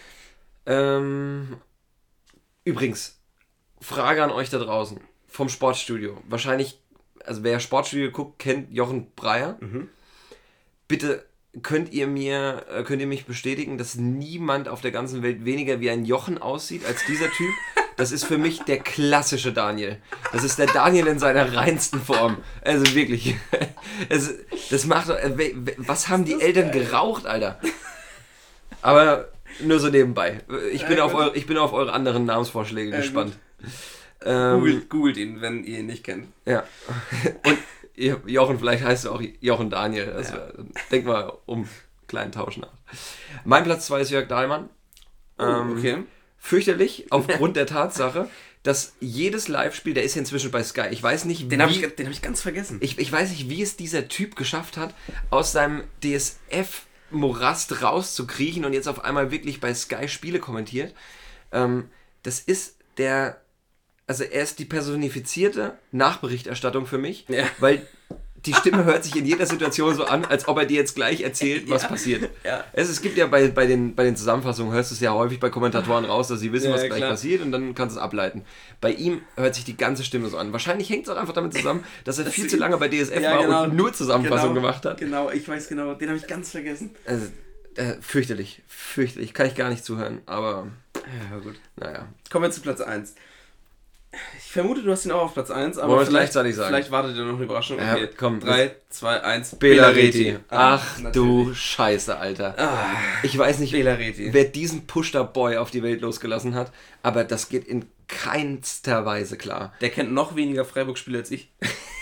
Übrigens, Frage an euch da draußen, vom Sportstudio. Wahrscheinlich, also wer Sportstudio guckt, kennt Jochen Breyer. Bitte könnt ihr mich bestätigen, dass niemand auf der ganzen Welt weniger wie ein Jochen aussieht als dieser Typ? Das ist für mich der klassische Daniel. Das ist der Daniel in seiner reinsten Form. Also wirklich. Das macht. Was haben die Eltern geraucht, Alter? Aber nur so nebenbei. Ich bin auf eure anderen Namensvorschläge gespannt. Googelt ihn, wenn ihr ihn nicht kennt. Ja. Und Jochen, vielleicht heißt du auch Jochen Daniel. Also, denk mal um kleinen Tausch nach. Mein Platz 2 ist Jörg Dahlmann. Okay. Fürchterlich, aufgrund der Tatsache, dass jedes Live-Spiel, der ist ja inzwischen bei Sky, ich weiß nicht, Den hab ich ganz vergessen. Ich weiß nicht, wie es dieser Typ geschafft hat, aus seinem DSF-Morast rauszukriechen und jetzt auf einmal wirklich bei Sky Spiele kommentiert. Das ist er ist die personifizierte Nachberichterstattung für mich, weil die Stimme hört sich in jeder Situation so an, als ob er dir jetzt gleich erzählt, was passiert. Ja. Es gibt ja bei den Zusammenfassungen, hörst du es ja häufig bei Kommentatoren raus, dass sie wissen, was gleich passiert und dann kannst du es ableiten. Bei ihm hört sich die ganze Stimme so an. Wahrscheinlich hängt es auch einfach damit zusammen, dass er viel zu lange bei DSF war und nur Zusammenfassungen gemacht hat. Genau, ich weiß genau, den habe ich ganz vergessen. Also, fürchterlich, kann ich gar nicht zuhören, aber ja, gut. Naja. Kommen wir zu Platz 1. Ich vermute, du hast ihn auch auf Platz 1, aber vielleicht wartet ihr noch eine Überraschung. Okay. Ja, komm. 3, 2, 1. Bela Reti. Ach du Scheiße, Alter. Ich weiß nicht, wer diesen Push-Up-Boy auf die Welt losgelassen hat, aber das geht in keinster Weise klar. Der kennt noch weniger Freiburg-Spiele als ich.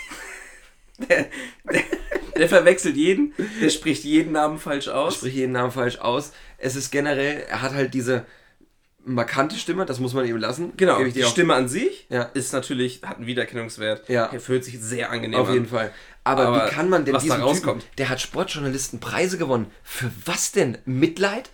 Der verwechselt jeden, der spricht jeden Namen falsch aus. Es ist generell, er hat halt diese markante Stimme, das muss man ihm lassen. Genau, die Stimme an sich ist natürlich, hat einen Wiedererkennungswert. Ja. Fühlt sich sehr angenehm an. Auf jeden Fall. Aber wie kann man denn was da diesen rauskommt? Typen, der hat Sportjournalisten Preise gewonnen. Für was denn? Mitleid?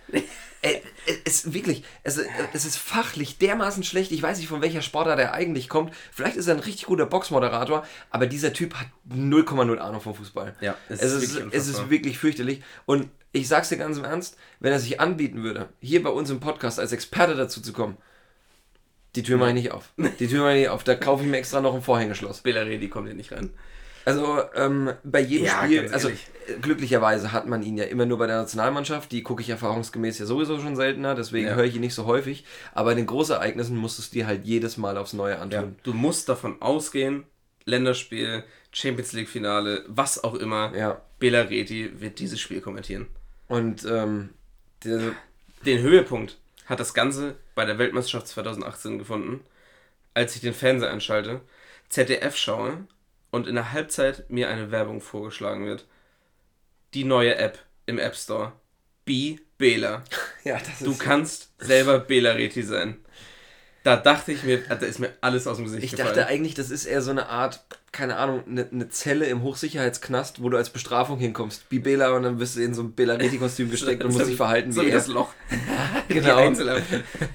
Es ist fachlich dermaßen schlecht. Ich weiß nicht, von welcher Sportart er eigentlich kommt. Vielleicht ist er ein richtig guter Boxmoderator, aber dieser Typ hat 0,0 Ahnung vom Fußball. Ja, es ist wirklich fürchterlich. Und ich sag's dir ganz im Ernst, wenn er sich anbieten würde, hier bei uns im Podcast als Experte dazu zu kommen, die Tür mache ich nicht auf. Da kaufe ich mir extra noch ein Vorhängeschloss. Bellaredi kommt hier nicht rein. Also bei jedem Ja, Spiel, ganz also ehrlich. glücklicherweise hat man ihn ja immer nur bei der Nationalmannschaft, die gucke ich erfahrungsgemäß ja sowieso schon seltener, deswegen höre ich ihn nicht so häufig, aber in den Großereignissen musst du es dir halt jedes Mal aufs Neue antun. Ja, du musst davon ausgehen, Länderspiel, Champions League Finale, was auch immer, Bellaredi wird dieses Spiel kommentieren. Und Den Höhepunkt hat das Ganze bei der Weltmeisterschaft 2018 gefunden, als ich den Fernseher einschalte, ZDF schaue und in der Halbzeit mir eine Werbung vorgeschlagen wird. Die neue App im App Store. Be Bela. ja, das Du kannst selber Bellaredi sein. Da dachte ich mir, da ist mir alles aus dem Gesicht gefallen. Ich dachte eigentlich, das ist eher so eine Art, keine Ahnung, eine Zelle im Hochsicherheitsknast, wo du als Bestrafung hinkommst. Bibela und dann wirst du in so ein Bellaredi-Kostüm gesteckt und musst dich verhalten so wie wie er. das Loch. Genau. Die Einzelhaft.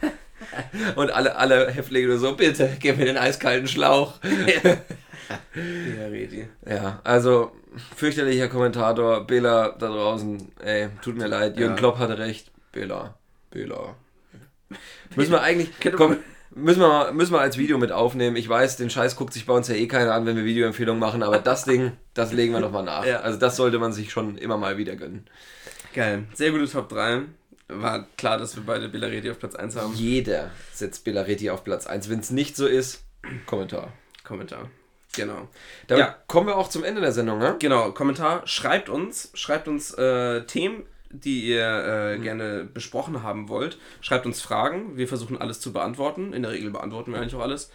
Und alle Häftlinge nur so, bitte, gib mir den eiskalten Schlauch. Bellaredi. Ja, also fürchterlicher Kommentator, Bela da draußen, ey, tut mir leid, Jürgen Klopp hatte recht, Bela. Müssen wir eigentlich, müssen wir als Video mit aufnehmen. Ich weiß, den Scheiß guckt sich bei uns ja eh keiner an, wenn wir Videoempfehlungen machen, aber das Ding, das legen wir nochmal nach. Ja. Also das sollte man sich schon immer mal wieder gönnen. Geil. Sehr gute Top 3. War klar, dass wir beide Bellaredi auf Platz 1 haben. Jeder setzt Bellaredi auf Platz 1. Wenn es nicht so ist, Kommentar. Genau. Damit kommen wir auch zum Ende der Sendung, ne? Genau, Kommentar. Schreibt uns Themen, die ihr gerne besprochen haben wollt. Schreibt uns Fragen. Wir versuchen alles zu beantworten. In der Regel beantworten wir eigentlich auch alles.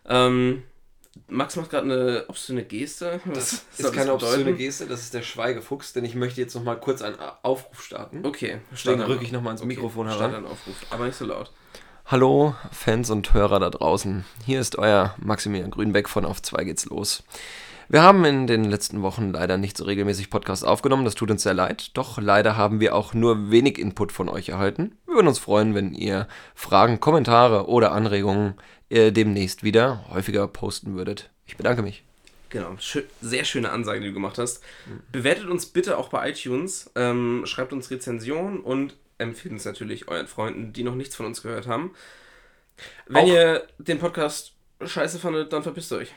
Max macht gerade eine obszöne Geste. Das ist keine obszöne Geste, das ist der Schweigefuchs, denn ich möchte jetzt nochmal kurz einen Aufruf starten. Okay. Deswegen rücke ich nochmal ins Mikrofon heran. Start einen Aufruf, aber nicht so laut. Hallo Fans und Hörer da draußen, hier ist euer Maximilian Grünbeck von Auf 2 geht's los. Wir haben in den letzten Wochen leider nicht so regelmäßig Podcasts aufgenommen, das tut uns sehr leid, doch leider haben wir auch nur wenig Input von euch erhalten. Wir würden uns freuen, wenn ihr Fragen, Kommentare oder Anregungen demnächst wieder häufiger posten würdet. Ich bedanke mich. Genau, sehr schöne Ansage, die du gemacht hast. Bewertet uns bitte auch bei iTunes, schreibt uns Rezensionen und empfehlt uns natürlich euren Freunden, die noch nichts von uns gehört haben. Wenn ihr den Podcast scheiße fandet, dann verpisst euch.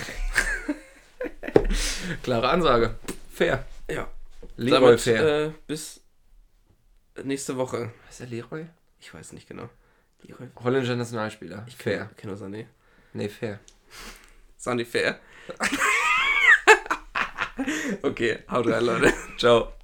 Klare Ansage. Fair. Ja. Leroy fair. Bis nächste Woche. Was ist der Leroy? Ich weiß nicht genau. Leroy. Holländischer Nationalspieler. Ich kenne nur Sané. Nee, fair. Sané fair. Okay, haut rein, Leute. Ciao.